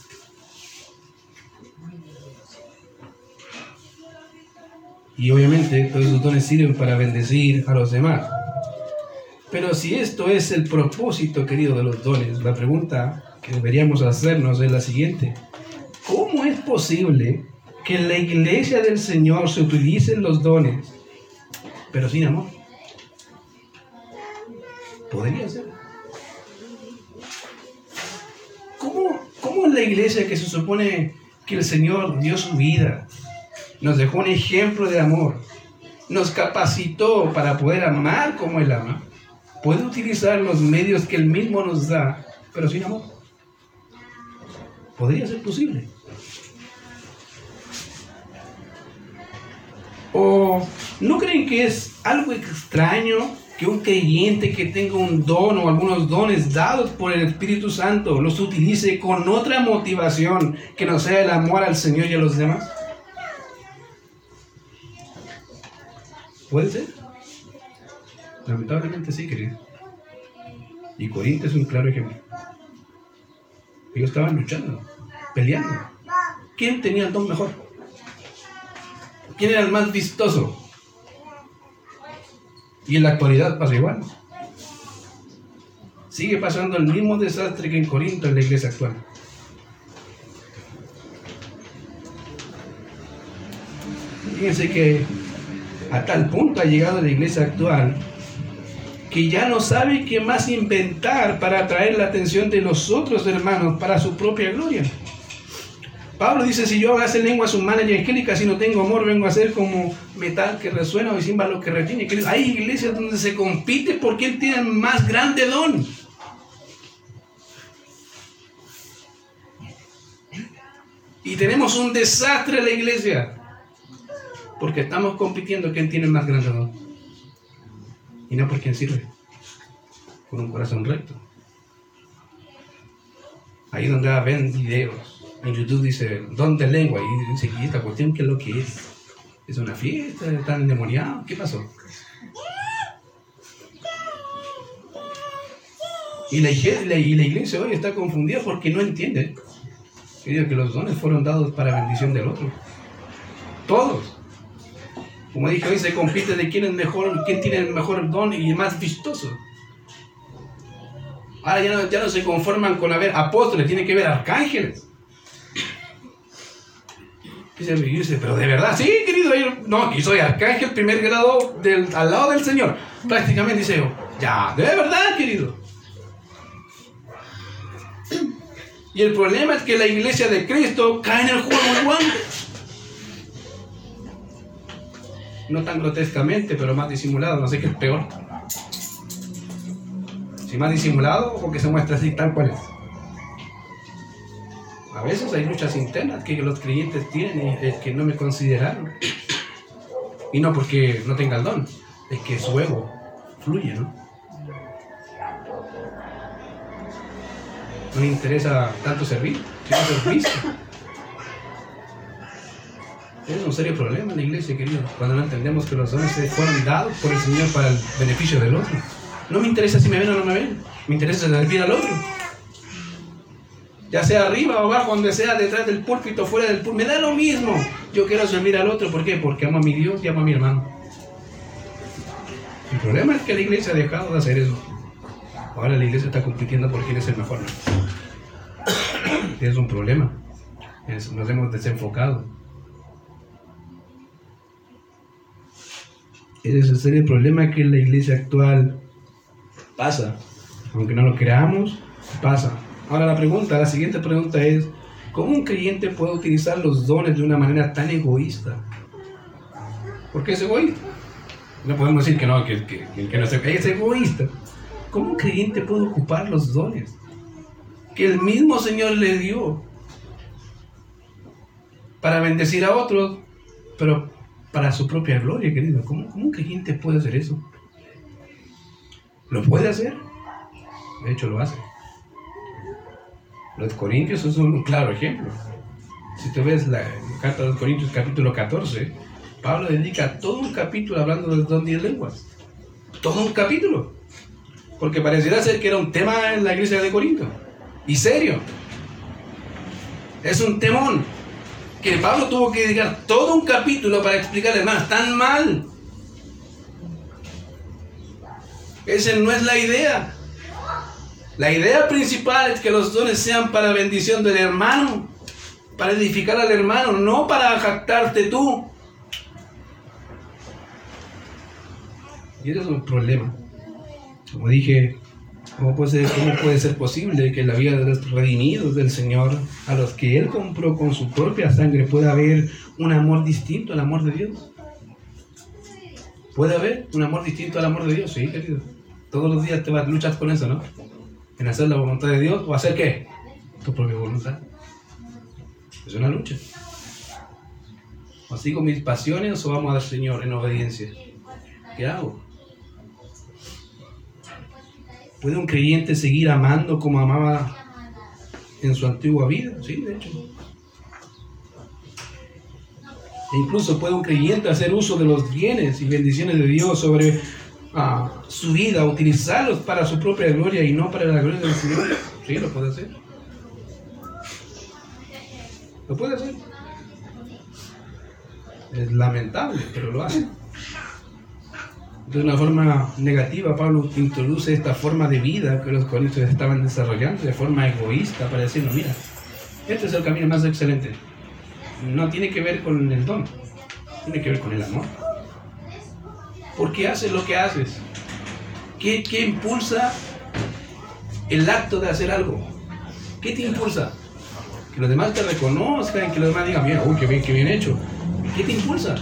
Y obviamente todos esos dones sirven para bendecir a los demás. Pero si esto es el propósito, querido, de los dones, la pregunta que deberíamos hacernos es la siguiente. ¿Cómo es posible que en la iglesia del Señor se utilicen los dones, pero sin amor? Podría ser. ¿Cómo en la iglesia que se supone que el Señor dio su vida, nos dejó un ejemplo de amor, nos capacitó para poder amar como Él ama, puede utilizar los medios que Él mismo nos da, pero sin amor? ¿Podría ser posible? ¿O no creen que es algo extraño que un creyente que tenga un don o algunos dones dados por el Espíritu Santo los utilice con otra motivación que no sea el amor al Señor y a los demás? ¿Puede ser? Lamentablemente sí, querido. Y Corinto es un claro ejemplo. Ellos estaban luchando, peleando. ¿Quién tenía el don mejor? ¿Quién era el más vistoso? Y en la actualidad pasa igual. Sigue pasando el mismo desastre que en Corinto en la iglesia actual. Fíjense que a tal punto ha llegado la iglesia actual que ya no sabe qué más inventar para atraer la atención de los otros hermanos para su propia gloria. Pablo dice, si yo hago lenguas humanas y angélicas, si no tengo amor, vengo a ser como metal que resuena o címbalo que retiene. Hay iglesias donde se compite por quién tiene el más grande don. Y tenemos un desastre en la iglesia, porque estamos compitiendo quién tiene el más grande don. Y no por quién sirve, con un corazón recto. Ahí donde ven videos en YouTube, dice don de lengua, y dice, ¿y esta cuestión qué es lo que es? ¿Es una fiesta? ¿Están endemoniados? ¿Qué pasó? Y la iglesia hoy está confundida porque no entiende que los dones fueron dados para bendición del otro. Todos. Como dije, hoy se compite de quién es mejor, quién tiene el mejor don y el más vistoso. Ahora ya no se conforman con haber apóstoles, tiene que haber arcángeles. Y dice, pero de verdad, sí, querido, y soy arcángel primer grado al lado del Señor. Prácticamente dice yo, ya, de verdad, querido. Y el problema es que la iglesia de Cristo cae en el juego igual. No tan grotescamente, pero más disimulado, no sé qué es peor. Si más disimulado o que se muestra así tal cual es. A veces hay luchas internas que los creyentes tienen y es que no me consideraron. Y no porque no tenga el don, es que su ego fluye, ¿no? No me interesa tanto servir, sino ser visto. Es un serio problema en la iglesia, querido, cuando no entendemos que los dones fueron dados por el Señor para el beneficio del otro. No me interesa si me ven o no me ven, me interesa servir al otro. Ya sea arriba o abajo, donde sea, detrás del púlpito, fuera del púlpito, me da lo mismo. Yo quiero servir al otro, ¿por qué? Porque amo a mi Dios y amo a mi hermano. El problema es que la iglesia ha dejado de hacer eso. Ahora la iglesia está compitiendo por quién es el mejor. Es un problema. Nos hemos desenfocado. Ese es el problema que en la iglesia actual pasa. Aunque no lo creamos, pasa. Ahora la siguiente pregunta es, ¿cómo un creyente puede utilizar los dones de una manera tan egoísta? ¿Por qué es egoísta? No podemos decir que no, que no es egoísta. ¿Cómo un creyente puede ocupar los dones que el mismo Señor le dio para bendecir a otros, pero para su propia gloria, querido? ¿Cómo un creyente puede hacer eso? ¿Lo puede hacer? De hecho, lo hace. Los Corintios son un claro ejemplo. Si tú ves la carta de los Corintios, capítulo 14, Pablo dedica todo un capítulo hablando del don de lenguas. Todo un capítulo. Porque pareciera ser que era un tema en la iglesia de Corinto. Y serio. Es un temón. Que Pablo tuvo que dedicar todo un capítulo para explicarle, hermanos, tan mal. Esa no es la idea. La idea principal es que los dones sean para bendición del hermano, para edificar al hermano, no para jactarte tú. Y ese es un problema. Como dije, ¿cómo puede ser posible que en la vida de los redimidos del Señor, a los que Él compró con su propia sangre, pueda haber un amor distinto al amor de Dios? ¿Puede haber un amor distinto al amor de Dios? Sí, querido. Todos los días luchas con eso, ¿no? En hacer la voluntad de Dios o hacer ¿qué? Tu propia voluntad. Es una lucha. ¿O sigo mis pasiones o vamos al Señor en obediencia? ¿Qué hago? ¿Puede un creyente seguir amando como amaba en su antigua vida? Sí, de hecho. E incluso puede un creyente hacer uso de los bienes y bendiciones de Dios sobre su vida, utilizarlos para su propia gloria y no para la gloria del Señor. Sí, lo puede hacer. Lo puede hacer. Es lamentable, pero lo hace. De una forma negativa, Pablo introduce esta forma de vida que los corintios estaban desarrollando de forma egoísta para decirnos, mira, este es el camino más excelente. No tiene que ver con el don, tiene que ver con el amor. ¿Por qué haces lo que haces? ¿Qué impulsa el acto de hacer algo? ¿Qué te impulsa? Que los demás te reconozcan, que los demás digan, mira, uy, qué bien hecho. ¿Qué te impulsa?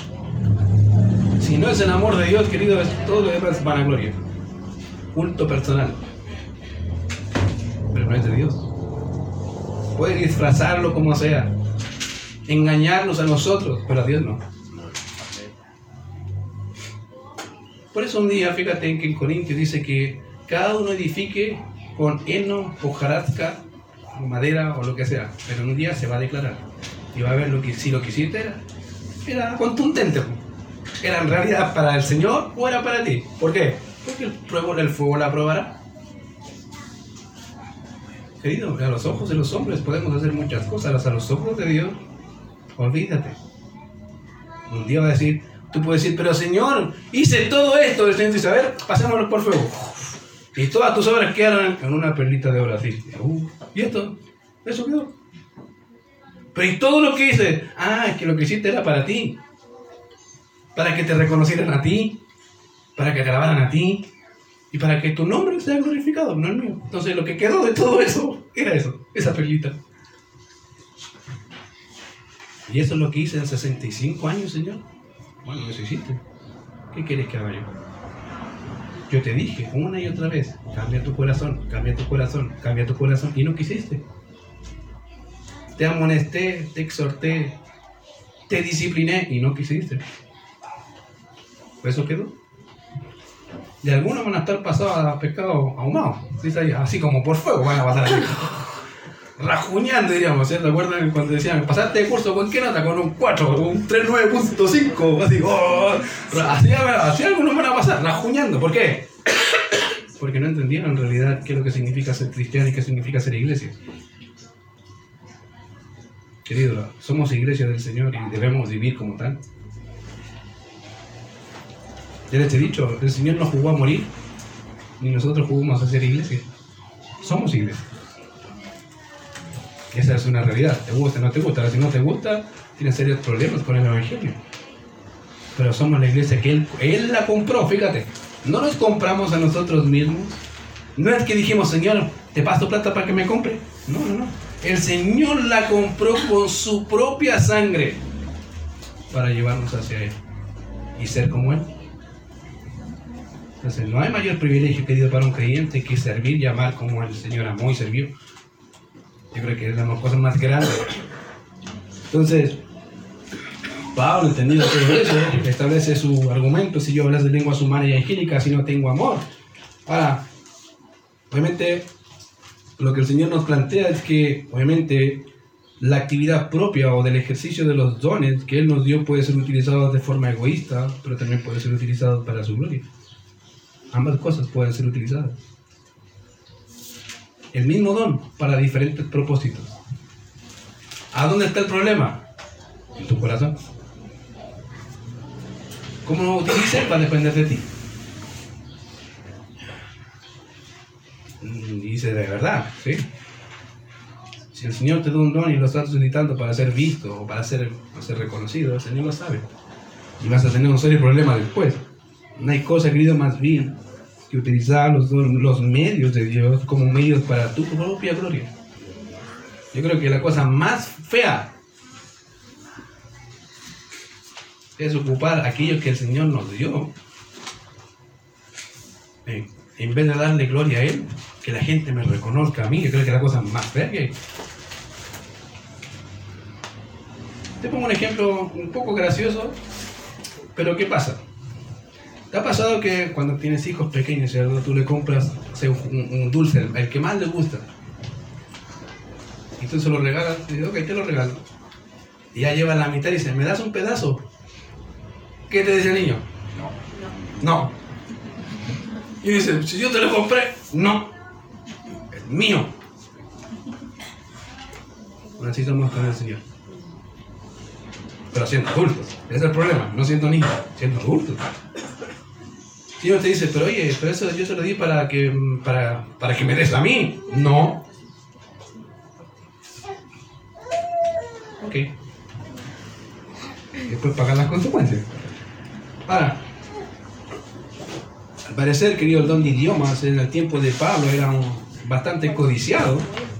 Si no es el amor de Dios, querido, es todo lo demás vanagloria, culto personal, pero no es de Dios. Puede disfrazarlo como sea, engañarnos a nosotros, pero a Dios no. Por eso un día, fíjate que en Corintios dice que cada uno edifique con heno, hojarasca, o madera o lo que sea, pero un día se va a declarar y va a ver si lo que hiciste era contundente. ¿Era en realidad para el Señor o era para ti? ¿Por qué? Porque el fuego la probará. Querido, a los ojos de los hombres podemos hacer muchas cosas, a los ojos de Dios, olvídate. Un día va a decir, tú puedes decir, pero Señor, hice todo esto. El Señor dice, a ver, pasémoslo por fuego. Y todas tus obras quedaron en una perlita de oro así. ¿Y esto? Eso quedó. Pero ¿y todo lo que hice? Es que lo que hiciste era para ti. Para que te reconocieran a ti, para que te alabaran a ti y para que tu nombre sea glorificado, no el mío. Entonces lo que quedó de todo eso era eso, esa perlita. Y eso es lo que hice en 65 años, Señor. Bueno, eso hiciste. ¿Qué quieres que haga yo? Yo te dije una y otra vez, cambia tu corazón, cambia tu corazón, cambia tu corazón, y no quisiste. Te amonesté, te exhorté, te discipliné y no quisiste. Eso quedó. De algunos van a estar pasados a pecado ahumado, así como por fuego van a pasar así, rajuñando, diríamos. ¿Sí? ¿Te acuerdan cuando decían, pasaste de curso con qué nota? Con un 4, un 3.9.5, así algunos van a pasar rajuñando. ¿Por qué? Porque no entendieron en realidad qué es lo que significa ser cristiano y qué significa ser iglesia. Querido, somos iglesia del Señor y debemos vivir como tal. Ya les he dicho, el Señor no jugó a morir, ni nosotros jugamos a ser iglesia. Somos iglesia. Esa es una realidad. Te gusta, no te gusta. Ahora, si no te gusta, tienes serios problemas con el Evangelio. Pero somos la iglesia que Él la compró, fíjate. No nos compramos a nosotros mismos. No es que dijimos, Señor, te paso plata para que me compre. No. El Señor la compró con su propia sangre para llevarnos hacia Él y ser como Él. Entonces, no hay mayor privilegio, querido, para un creyente que servir y amar como el Señor amó y sirvió. Yo creo que es la cosa más grande. Entonces, Pablo, entendido todo eso, establece su argumento: si yo hablas de lenguas humanas y angélicas, si no tengo amor. Ahora, obviamente, lo que el Señor nos plantea es que, obviamente, la actividad propia o del ejercicio de los dones que Él nos dio puede ser utilizado de forma egoísta, pero también puede ser utilizado para su gloria. Ambas cosas pueden ser utilizadas. El mismo don para diferentes propósitos. ¿A dónde está el problema? En tu corazón. ¿Cómo lo utilices? Va a depender de ti. Y dice de verdad, ¿sí? Si el Señor te da un don y lo estás utilizando para ser visto o para ser reconocido, el Señor lo sabe. Y vas a tener un serio problema después. No hay cosa, querido, más bien que utilizar los medios de Dios como medios para tu propia gloria. Yo creo que la cosa más fea es ocupar aquello que el Señor nos dio en vez de darle gloria a Él, que la gente me reconozca a mí, que creo que es la cosa más fea que hay. Te pongo un ejemplo un poco gracioso, pero ¿qué pasa? ¿Te ha pasado que cuando tienes hijos pequeños, ¿cierto? Tú le compras, o sea, un dulce, el que más le gusta, y tú se lo regalas, y dices, ok, te lo regalo, y ya lleva la mitad y dice, ¿me das un pedazo? ¿Qué te dice el niño? No. Y dice, si yo te lo compré, no, es mío. Bueno, así somos con el Señor. Pero siendo adultos, ese es el problema, no siendo niños, siendo adultos. Si uno te dice, pero oye, pero eso yo se lo di para que me des a mí. No. Ok. Después pagar las consecuencias. Ahora, al parecer, querido, el don de idiomas en el tiempo de Pablo era bastante codiciado.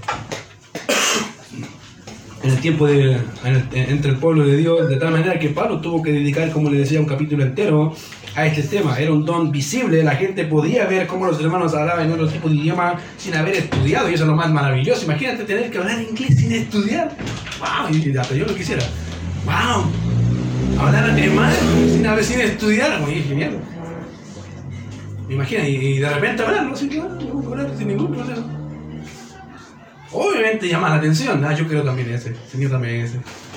En el tiempo entre el pueblo de Dios, de tal manera que Pablo tuvo que dedicar, como le decía, un capítulo entero a este tema. Era un don visible, la gente podía ver cómo los hermanos hablaban en otro tipo de idioma sin haber estudiado, y eso es lo más maravilloso. Imagínate tener que hablar inglés sin estudiar. ¡Wow! Y hasta yo lo quisiera. ¡Wow! Hablar alemán sin estudiar, muy genial. Imagina, y de repente hablarlo sin ningún problema. Obviamente llama la atención. Yo quiero también ese. Señor, también ese.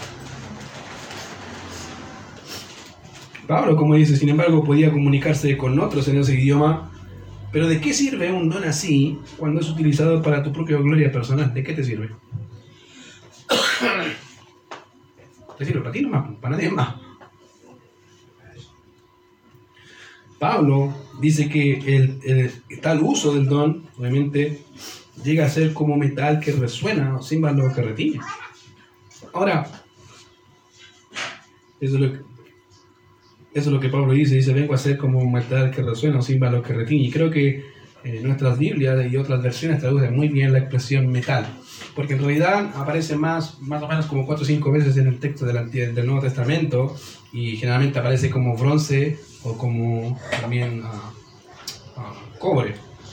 Pablo, como dice, sin embargo, podía comunicarse con otros en ese idioma. Pero ¿de qué sirve un don así cuando es utilizado para tu propia gloria personal? ¿De qué te sirve? ¿Te sirve para ti nomás? Para nadie más. Pablo dice que el tal uso del don, obviamente, llega a ser como metal que resuena o címbalo que retiñe. Ahora, eso es lo que Pablo dice, vengo a ser como metal que resuena o címbalo que retiñe. Y creo que nuestras Biblias y otras versiones traducen muy bien la expresión metal, porque en realidad aparece más o menos como 4 o 5 veces en el texto del Nuevo Testamento, y generalmente aparece como bronce o como también cobre.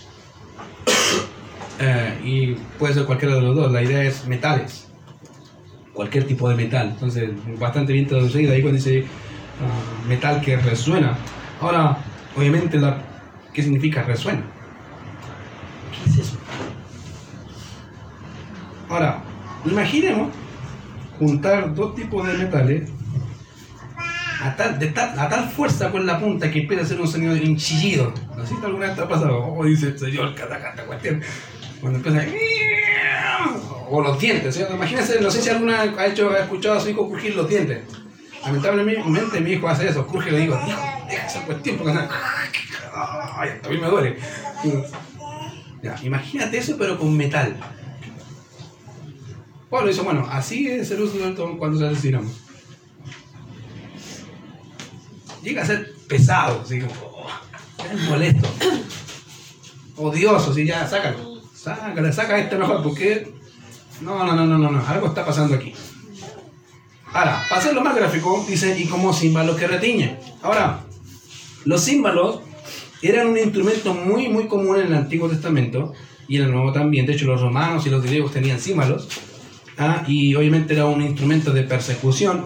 Y puede ser cualquiera de los dos. La idea es metales, cualquier tipo de metal. Entonces, bastante bien traducido ahí cuando dice metal que resuena. Ahora, obviamente, ¿qué significa resuena? ¿Qué es eso? Ahora, imaginemos juntar dos tipos de metales a tal fuerza con la punta que empieza a hacer un sonido de un chillido. ¿Así alguna vez te ha pasado? Dice el señor, cata, cuestión. Cuando empieza o los dientes, ¿sí? Imagínense, no sé si alguna ha escuchado a su hijo crujir los dientes. Lamentablemente mi hijo hace eso, cruje y le digo, hijo, deja esa cuestión porque ay, a mí me duele. Ya, imagínate eso pero con metal. Pablo dice, bueno, así es el uso del don cuando se asesinamos. Llega a ser pesado, así como, es molesto, odioso, así ya, saca este mejor, porque no, algo está pasando aquí. Ahora, para hacerlo más gráfico, dice, y como címbalo que retiñe. Ahora, los címbalos eran un instrumento muy, muy común en el Antiguo Testamento, y en el Nuevo también. De hecho, los romanos y los griegos tenían címbalos. Y obviamente era un instrumento de percusión,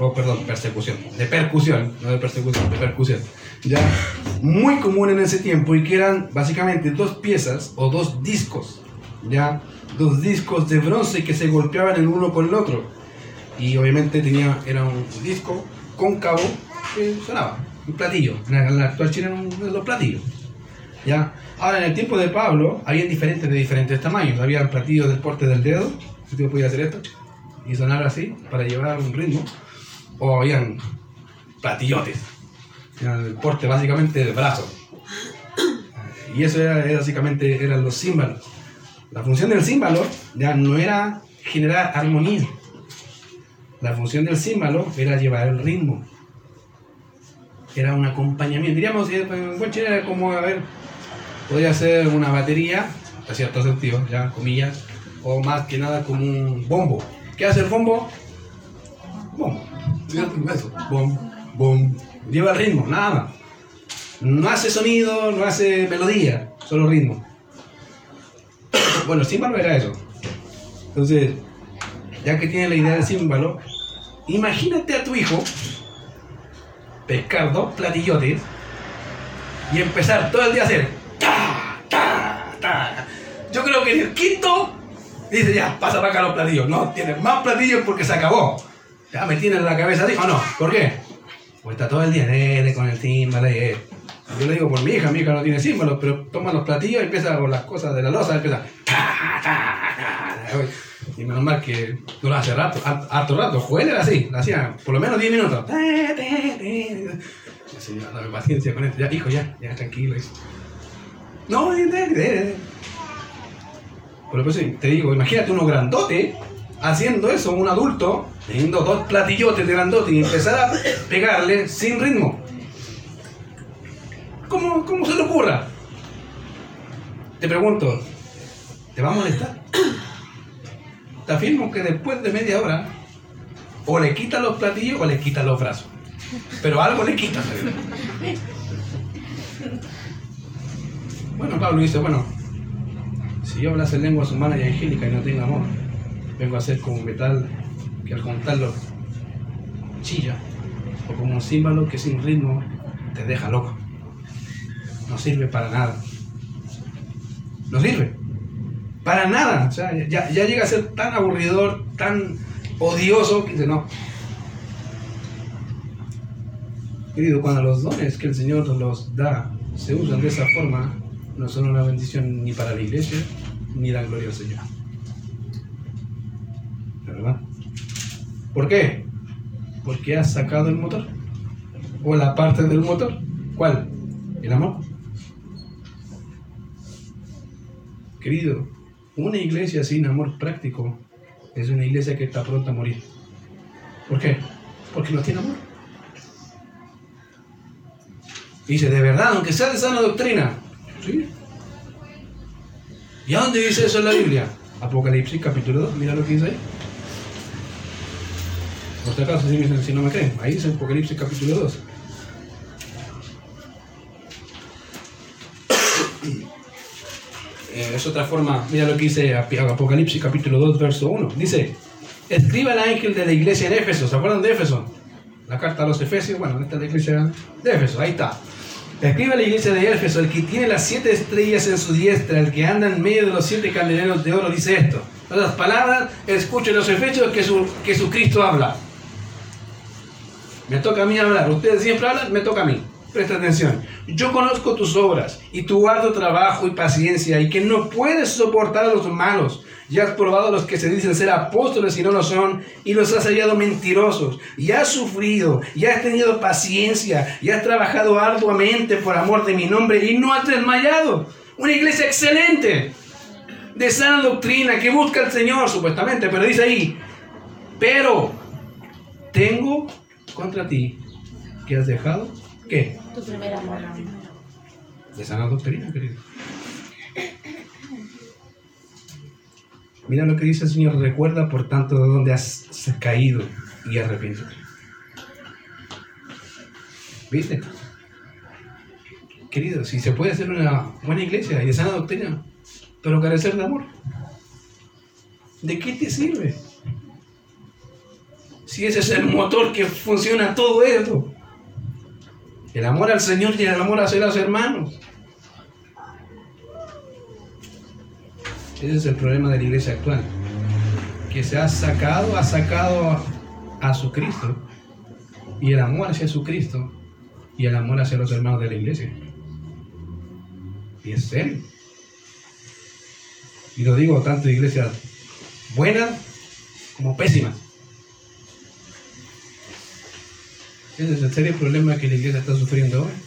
ya, muy común en ese tiempo, y que eran básicamente dos piezas o dos discos, ya, dos discos de bronce que se golpeaban el uno con el otro, y obviamente era un disco cóncavo que sonaba, un platillo. En la actual China eran los platillos, ya. Ahora, en el tiempo de Pablo había de diferentes tamaños. Había platillos del porte del dedo, que tú podías hacer esto y sonar así para llevar un ritmo, o habían platillotes, el porte básicamente del brazo, y eso básicamente eran los címbalos. La función del címbalo ya no era generar armonía, la función del címbalo era llevar el ritmo, era un acompañamiento. Diríamos que en buen chileno era como, podría ser una batería, en cierto sentido, ya, comillas, o más que nada como un bombo. ¿Qué hace el bombo? Bombo. Eso. Bom. Lleva el ritmo, nada más. No hace sonido, no hace melodía, solo ritmo. Bueno, el címbalo era eso. Entonces, ya que tiene la idea del címbalo, imagínate a tu hijo pescar 2 platillotes y empezar todo el día a hacer ta, ta, ta. Yo creo que en el quinto dice ya, pasa para acá los platillos. No, tienes más platillos porque se acabó. Ya me tienen en la cabeza así, ¿o no? ¿Por qué? Pues está todo el día con el címbalo. Yo le digo por mi hija no tiene címbalos, pero toma los platillos y empieza con las cosas de la loza, empieza ta, ta, ta. Y menos mal que no lo hace harto rato. Joel era así, lo hacía por lo menos 10 minutos. La señora, dame paciencia con esto. Ya, hijo, ya, tranquilo. No, pero pues sí, te digo, imagínate uno grandote haciendo eso, un adulto, teniendo 2 platillotes de grandote y empezar a pegarle sin ritmo. ¿Cómo se le ocurra? Te pregunto, ¿te va a molestar? Te afirmo que después de media hora, o le quitan los platillos o le quitan los brazos. Pero algo le quitan. Bueno, Pablo dice, si yo hablase lenguas humanas y angélicas y no tengo amor, vengo a ser como un metal que al juntarlo chilla, o como un címbalo que sin ritmo te deja loco. No sirve para nada. No sirve. Para nada. O sea, ya llega a ser tan aburridor, tan odioso, que dice no. Querido, cuando los dones que el Señor los da se usan de esa forma, no son una bendición ni para la iglesia, ni la gloria al Señor. ¿Verdad? ¿Por qué? Porque has sacado el motor. O la parte del motor. ¿Cuál? El amor. Querido, una iglesia sin amor práctico es una iglesia que está pronta a morir. ¿Por qué? Porque no tiene amor. Dice, de verdad, aunque sea de sana doctrina. ¿Sí? ¿Y a dónde dice eso en la Biblia? Apocalipsis capítulo 2, mira lo que dice ahí. Por si acaso, si no me creen, ahí dice Apocalipsis capítulo 2. Es otra forma, mira lo que dice Apocalipsis capítulo 2, verso 1. Dice, escriba al ángel de la iglesia en Éfeso. ¿Se acuerdan de Éfeso? La carta a los Efesios, esta es la iglesia de Éfeso, ahí está. Escribe a la iglesia de Éfeso, el que tiene las 7 estrellas en su diestra, el que anda en medio de los 7 candeleros de oro, dice esto. Las palabras, escuchen los efesios que Jesucristo habla. Me toca a mí hablar. Ustedes siempre hablan, me toca a mí. Presta atención. Yo conozco tus obras y tu arduo trabajo y paciencia y que no puedes soportar a los malos. Ya has probado a los que se dicen ser apóstoles y no lo son y los has hallado mentirosos. Y has sufrido y has tenido paciencia y has trabajado arduamente por amor de mi nombre y no has desmayado. Una iglesia excelente, de sana doctrina, que busca al Señor supuestamente, pero dice ahí, pero tengo contra ti que has dejado, ¿qué? Tu primer amor. De sana doctrina, querido. Mira lo que dice el Señor, recuerda por tanto de dónde has caído y arrepiéntete. ¿Viste? Querido, si se puede hacer una buena iglesia y de sana doctrina, pero carecer de amor, ¿de qué te sirve? Si ese es el motor que funciona todo esto. El amor al Señor y el amor hacia los hermanos. Ese es el problema de la iglesia actual. Que se ha sacado a su Cristo. Y el amor hacia su Cristo. Y el amor hacia los hermanos de la iglesia. Y es serio. Y lo digo tanto de iglesias buenas como pésimas. Ese es el serio problema que la iglesia está sufriendo hoy.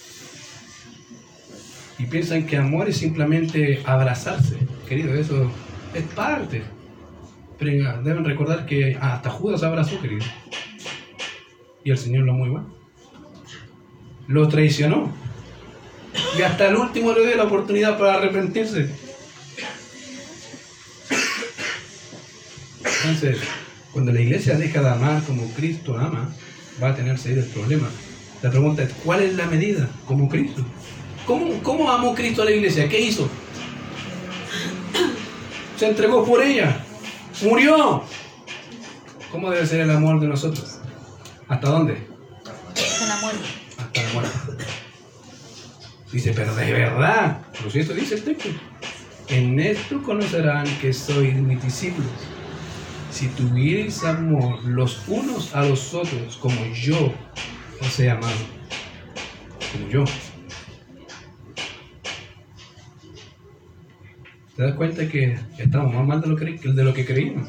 Y piensan que amor es simplemente abrazarse. Querido, eso es parte. Pero deben recordar que hasta Judas abrazó, querido. Y el Señor lo amó igual. Lo traicionó. Y hasta el último le dio la oportunidad para arrepentirse. Entonces, cuando la iglesia deja de amar como Cristo ama, va a tener serios problemas. La pregunta es, ¿cuál es la medida como Cristo? ¿Cómo amó Cristo a la iglesia? ¿Qué hizo? Se entregó por ella. Murió. ¿Cómo debe ser el amor de nosotros? ¿Hasta dónde? Hasta la muerte. Hasta la muerte. Dice, pero de verdad. Por si esto dice el texto. En esto conocerán que sois mis discípulos, si tuvierais amor los unos a los otros, como yo os he amado. Como yo. ¿Te das cuenta que estamos más mal de lo que creímos?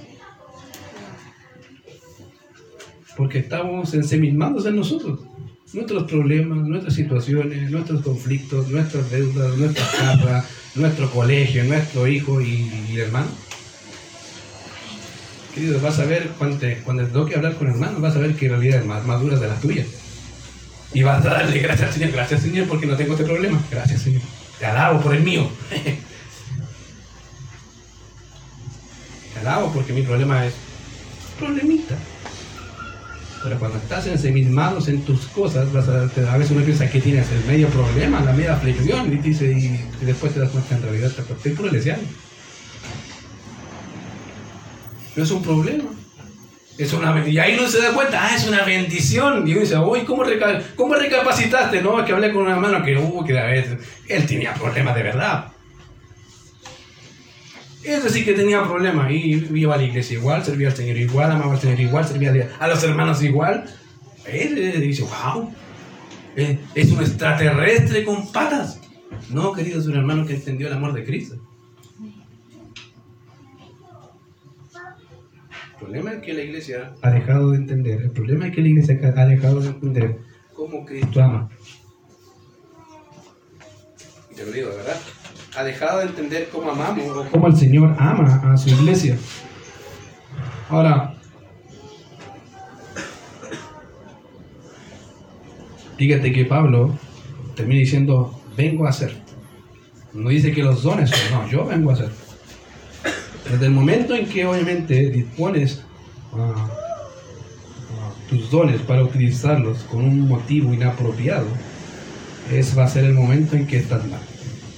Porque estamos ensimismados en nosotros. Nuestros problemas, nuestras situaciones, nuestros conflictos, nuestras deudas, nuestras casas, nuestro colegio, nuestro hijo y hermano. Querido, vas a ver cuando te toque hablar con hermanos, vas a ver que en realidad es más dura de las tuyas. Y vas a darle gracias Señor porque no tengo este problema. Gracias Señor. Te alabo por el mío. Te alabo porque mi problema es problemita. Pero cuando estás ensimismados en tus cosas, a veces uno piensa que tienes el medio problema, la media aflicción, y después te das cuenta en realidad estoy puro leseando. No es un problema. Y ahí uno se da cuenta, es una bendición. Y uno dice, uy, ¿cómo recapacitaste? No, es que hablé con un hermano que a veces él tenía problemas de verdad. Ese sí que tenía problemas y iba a la iglesia igual, servía al Señor igual, amaba al Señor igual, servía a los hermanos igual. Él dice, wow, es un extraterrestre con patas. No, querido, es un hermano que entendió el amor de Cristo. El problema es que la iglesia ha dejado de entender, cómo Cristo ama. Y te lo digo, de verdad. Ha dejado de entender cómo amamos o cómo el Señor ama a su iglesia. Ahora, fíjate que Pablo termina diciendo, vengo a hacer. No dice que los dones son, no, yo vengo a hacer. Desde el momento en que obviamente dispones tus dones para utilizarlos con un motivo inapropiado, ese va a ser el momento en que estás mal.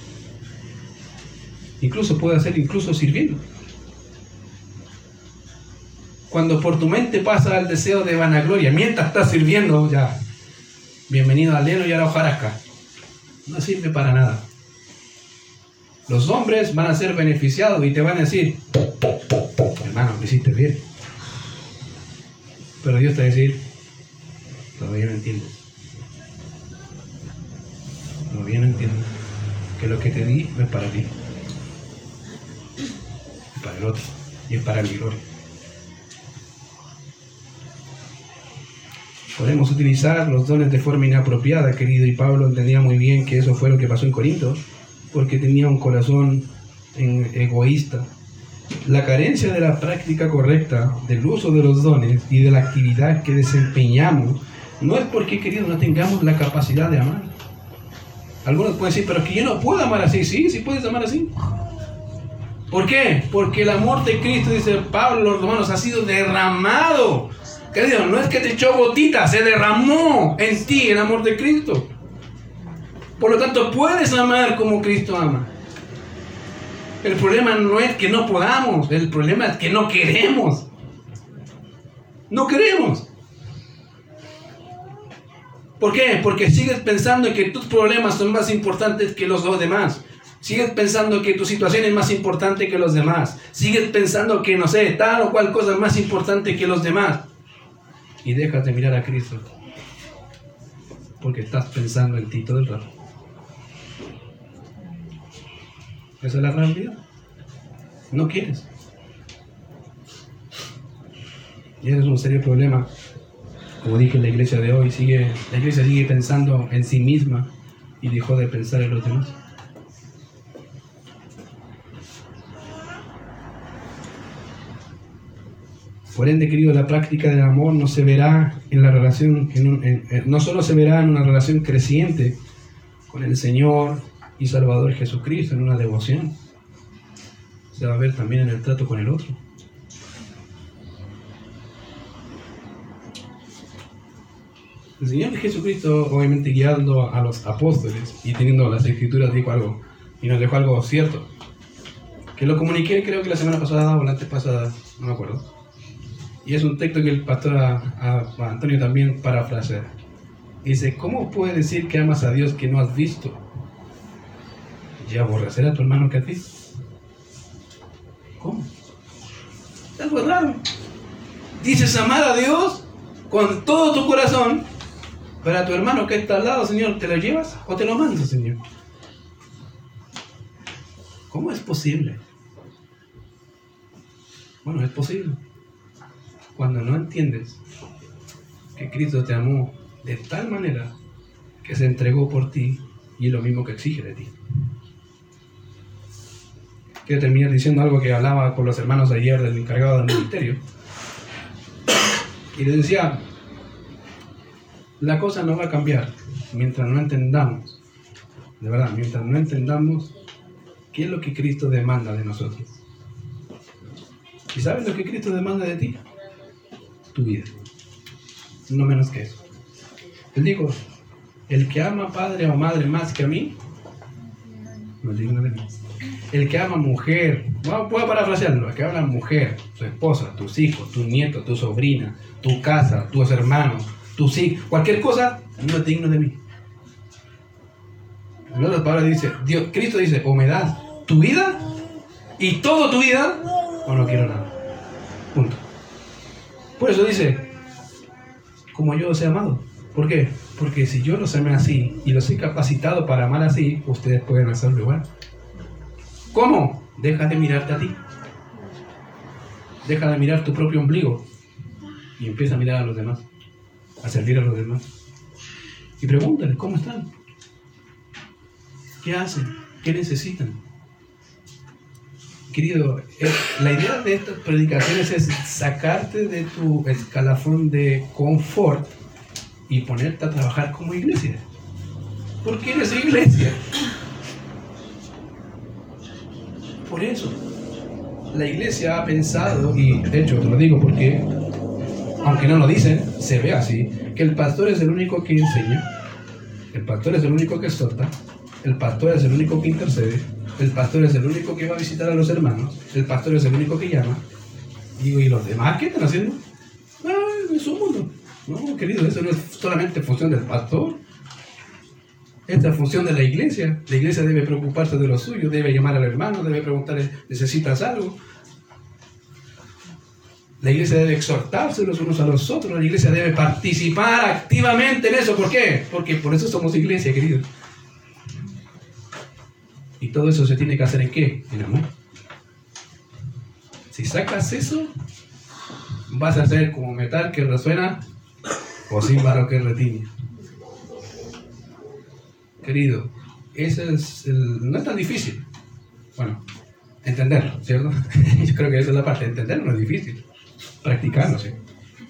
Incluso puede ser sirviendo. Cuando por tu mente pasa el deseo de vanagloria, mientras estás sirviendo, ya, bienvenido al heno y a la hojarasca. No sirve para nada. Los hombres van a ser beneficiados y te van a decir, hermano, lo hiciste bien. Pero Dios te va a decir, todavía no entiendes. Todavía no entiendes que lo que te di no es para ti. Es para el otro y es para mi gloria. Podemos utilizar los dones de forma inapropiada, querido, y Pablo entendía muy bien que eso fue lo que pasó en Corinto, porque tenía un corazón egoísta. La carencia de la práctica correcta del uso de los dones y de la actividad que desempeñamos no es porque, querido, no tengamos la capacidad de amar. Algunos pueden decir, pero es que yo no puedo amar así. Sí, sí puedes amar así. ¿Por qué? Porque el amor de Cristo, dice Pablo, los romanos, ha sido derramado. Querido, no es que te echó gotitas, se derramó en ti el amor de Cristo. Por lo tanto, puedes amar como Cristo ama. El problema no es que no podamos, el problema es que no queremos. No queremos. ¿Por qué? Porque sigues pensando que tus problemas son más importantes que los demás. Sigues pensando que tu situación es más importante que los demás. Sigues pensando que, no sé, tal o cual cosa es más importante que los demás. Y dejas de mirar a Cristo. Porque estás pensando en ti todo el rato. Esa es la realidad. No quieres. Y ese es un serio problema. Como dije, la iglesia de hoy la iglesia sigue pensando en sí misma y dejó de pensar en los demás. Por ende, querido, la práctica del amor no se verá en la relación, no solo se verá en una relación creciente con el Señor y Salvador Jesucristo, en una devoción, se va a ver también en el trato con el otro. El Señor Jesucristo, obviamente guiando a los apóstoles y teniendo las escrituras, dijo algo y nos dejó algo cierto. Que lo comuniqué, creo que la semana pasada o la antes pasada, no me acuerdo. Y es un texto que el pastor Antonio también parafrasea. Dice: ¿cómo puedes decir que amas a Dios que no has visto? ¿Y aborrecer a tu hermano que a ti? ¿Cómo? Es algo raro. Dices amar a Dios con todo tu corazón, pero a tu hermano que está al lado, Señor, ¿te lo llevas o te lo mandas, Señor? ¿Cómo es posible? Bueno, es posible. Cuando no entiendes que Cristo te amó de tal manera que se entregó por ti y es lo mismo que exige de ti. Quiero terminar diciendo algo que hablaba con los hermanos ayer del encargado del ministerio. Y les decía, la cosa no va a cambiar mientras no entendamos, de verdad, mientras no entendamos qué es lo que Cristo demanda de nosotros. ¿Y sabes lo que Cristo demanda de ti? Tu vida. No menos que eso. Él dijo: el que ama padre o madre más que a mí, no es digno de mí. El que ama mujer, puedo parafrasearlo, el que ama mujer, tu esposa, tus hijos, tu nieto, tu sobrina, tu casa, tus hermanos, tus hijos, cualquier cosa, no es digno de mí. En otras palabras dice, Cristo dice: o me das tu vida y toda tu vida, o no quiero nada. Punto. Por eso dice: como yo os he amado. ¿Por qué? Porque si yo los amé así y los he capacitado para amar así, ustedes pueden hacerlo igual. ¿Cómo? Deja de mirarte a ti. Deja de mirar tu propio ombligo y empieza a mirar a los demás, a servir a los demás. Y pregúntales cómo están, qué hacen, qué necesitan. Querido, la idea de estas predicaciones es sacarte de tu escalafón de confort y ponerte a trabajar como iglesia. ¿Por qué eres iglesia? Por eso. La iglesia ha pensado, y de hecho te lo digo porque, aunque no lo dicen, se ve así, que el pastor es el único que enseña, el pastor es el único que exhorta, el pastor es el único que intercede, el pastor es el único que va a visitar a los hermanos, el pastor es el único que llama. Digo, ¿y los demás qué están haciendo? En su mundo. No, querido, eso no es solamente función del pastor. Esta es función de la iglesia. La iglesia debe preocuparse de lo suyo, debe llamar al hermano, debe preguntarle: ¿necesitas algo? La iglesia debe exhortarse los unos a los otros. La iglesia debe participar activamente en eso. ¿Por qué? Porque por eso somos iglesia, querido. Y todo eso se tiene que hacer ¿en qué? En amor. Si sacas eso, vas a ser como metal que resuena o címbalo que retiñe. Querido, ese es no es tan difícil. Bueno, entenderlo, ¿cierto? Yo creo que esa es la parte. Entenderlo no es difícil. Practicarlo, sí.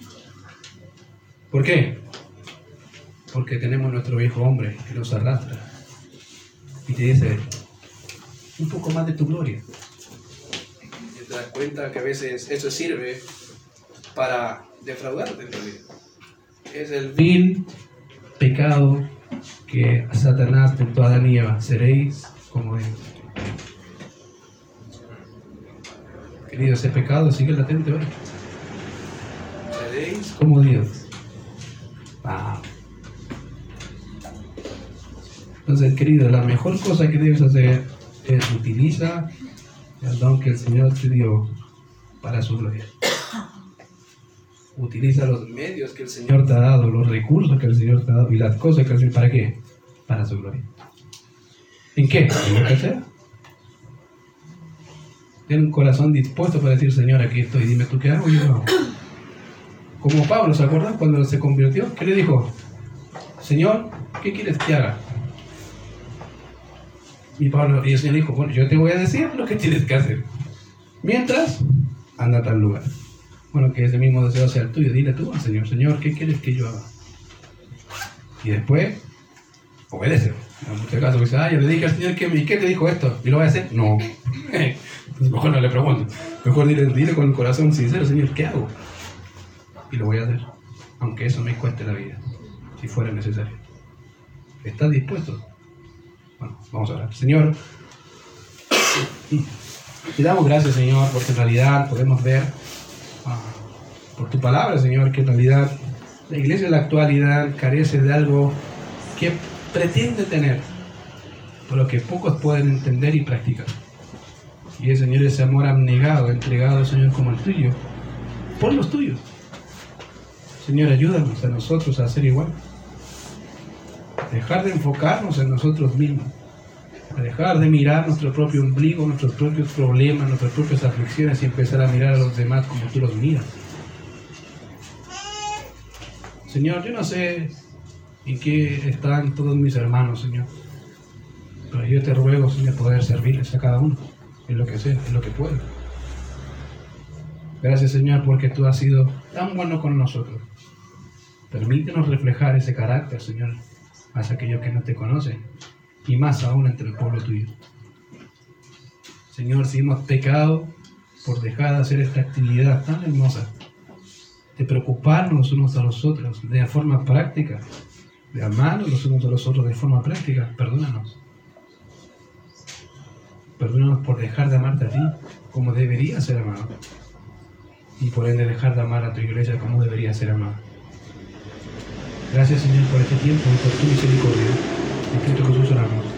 ¿Por qué? Porque tenemos nuestro viejo hombre que nos arrastra y te dice: un poco más de tu gloria. Y te das cuenta que a veces eso sirve para defraudarte en realidad. Es el vil pecado que Satanás tentó a Adán y Eva: seréis como Dios. Querido, ese pecado sigue latente hoy. Seréis como Dios. Wow. Entonces, querido, la mejor cosa que debes hacer es utiliza el don que el Señor te dio para su gloria. Utiliza los medios que el Señor te ha dado, los recursos que el Señor te ha dado y las cosas que el Señor... ¿Para qué? Para su gloria. ¿En qué? En lo que sea. Ten un corazón dispuesto para decir: Señor, aquí estoy, dime tú qué hago y yo lo hago. Como Pablo, ¿se acuerdan? Cuando se convirtió, ¿qué le dijo? Señor, ¿qué quieres que haga? Y el Señor dijo: bueno, yo te voy a decir lo que tienes que hacer. Mientras, anda a tal lugar. Bueno, que ese mismo deseo sea el tuyo. Dile tú al Señor: Señor, ¿qué quieres que yo haga? Y después, obedece. En muchos casos dice: yo le dije al Señor ¿y qué te dijo esto? ¿Y lo voy a hacer? No. Entonces mejor no le pregunto. Mejor dile con el corazón sincero: Señor, ¿qué hago? Y lo voy a hacer, aunque eso me cueste la vida. si fuera necesario. ¿Estás dispuesto? Bueno, vamos a orar. Señor, te damos gracias, Señor, porque en realidad podemos ver por tu palabra, Señor, que en realidad la iglesia de la actualidad carece de algo que pretende tener, pero que pocos pueden entender y practicar. Y es, Señor, ese amor abnegado, entregado, Señor, como el tuyo, por los tuyos. Señor, ayúdanos a nosotros a hacer igual. Dejar de enfocarnos en nosotros mismos. A dejar de mirar nuestro propio ombligo, nuestros propios problemas, nuestras propias aflicciones y empezar a mirar a los demás como tú los miras. Señor, yo no sé en qué están todos mis hermanos, Señor. Pero yo te ruego, Señor, poder servirles a cada uno, en lo que sé, en lo que puedo. Gracias, Señor, porque tú has sido tan bueno con nosotros. Permítenos reflejar ese carácter, Señor, hacia aquellos que no te conocen, y más aún entre el pueblo tuyo. Señor, si hemos pecado por dejar de hacer esta actividad tan hermosa, de preocuparnos unos a los otros de forma práctica, de amarnos los unos a los otros de forma práctica, perdónanos. Perdónanos por dejar de amarte a ti como debería ser amado, y por ende dejar de amar a tu iglesia como debería ser amada. Gracias, Señor, por este tiempo y por tu misericordia. En Cristo Jesús oramos.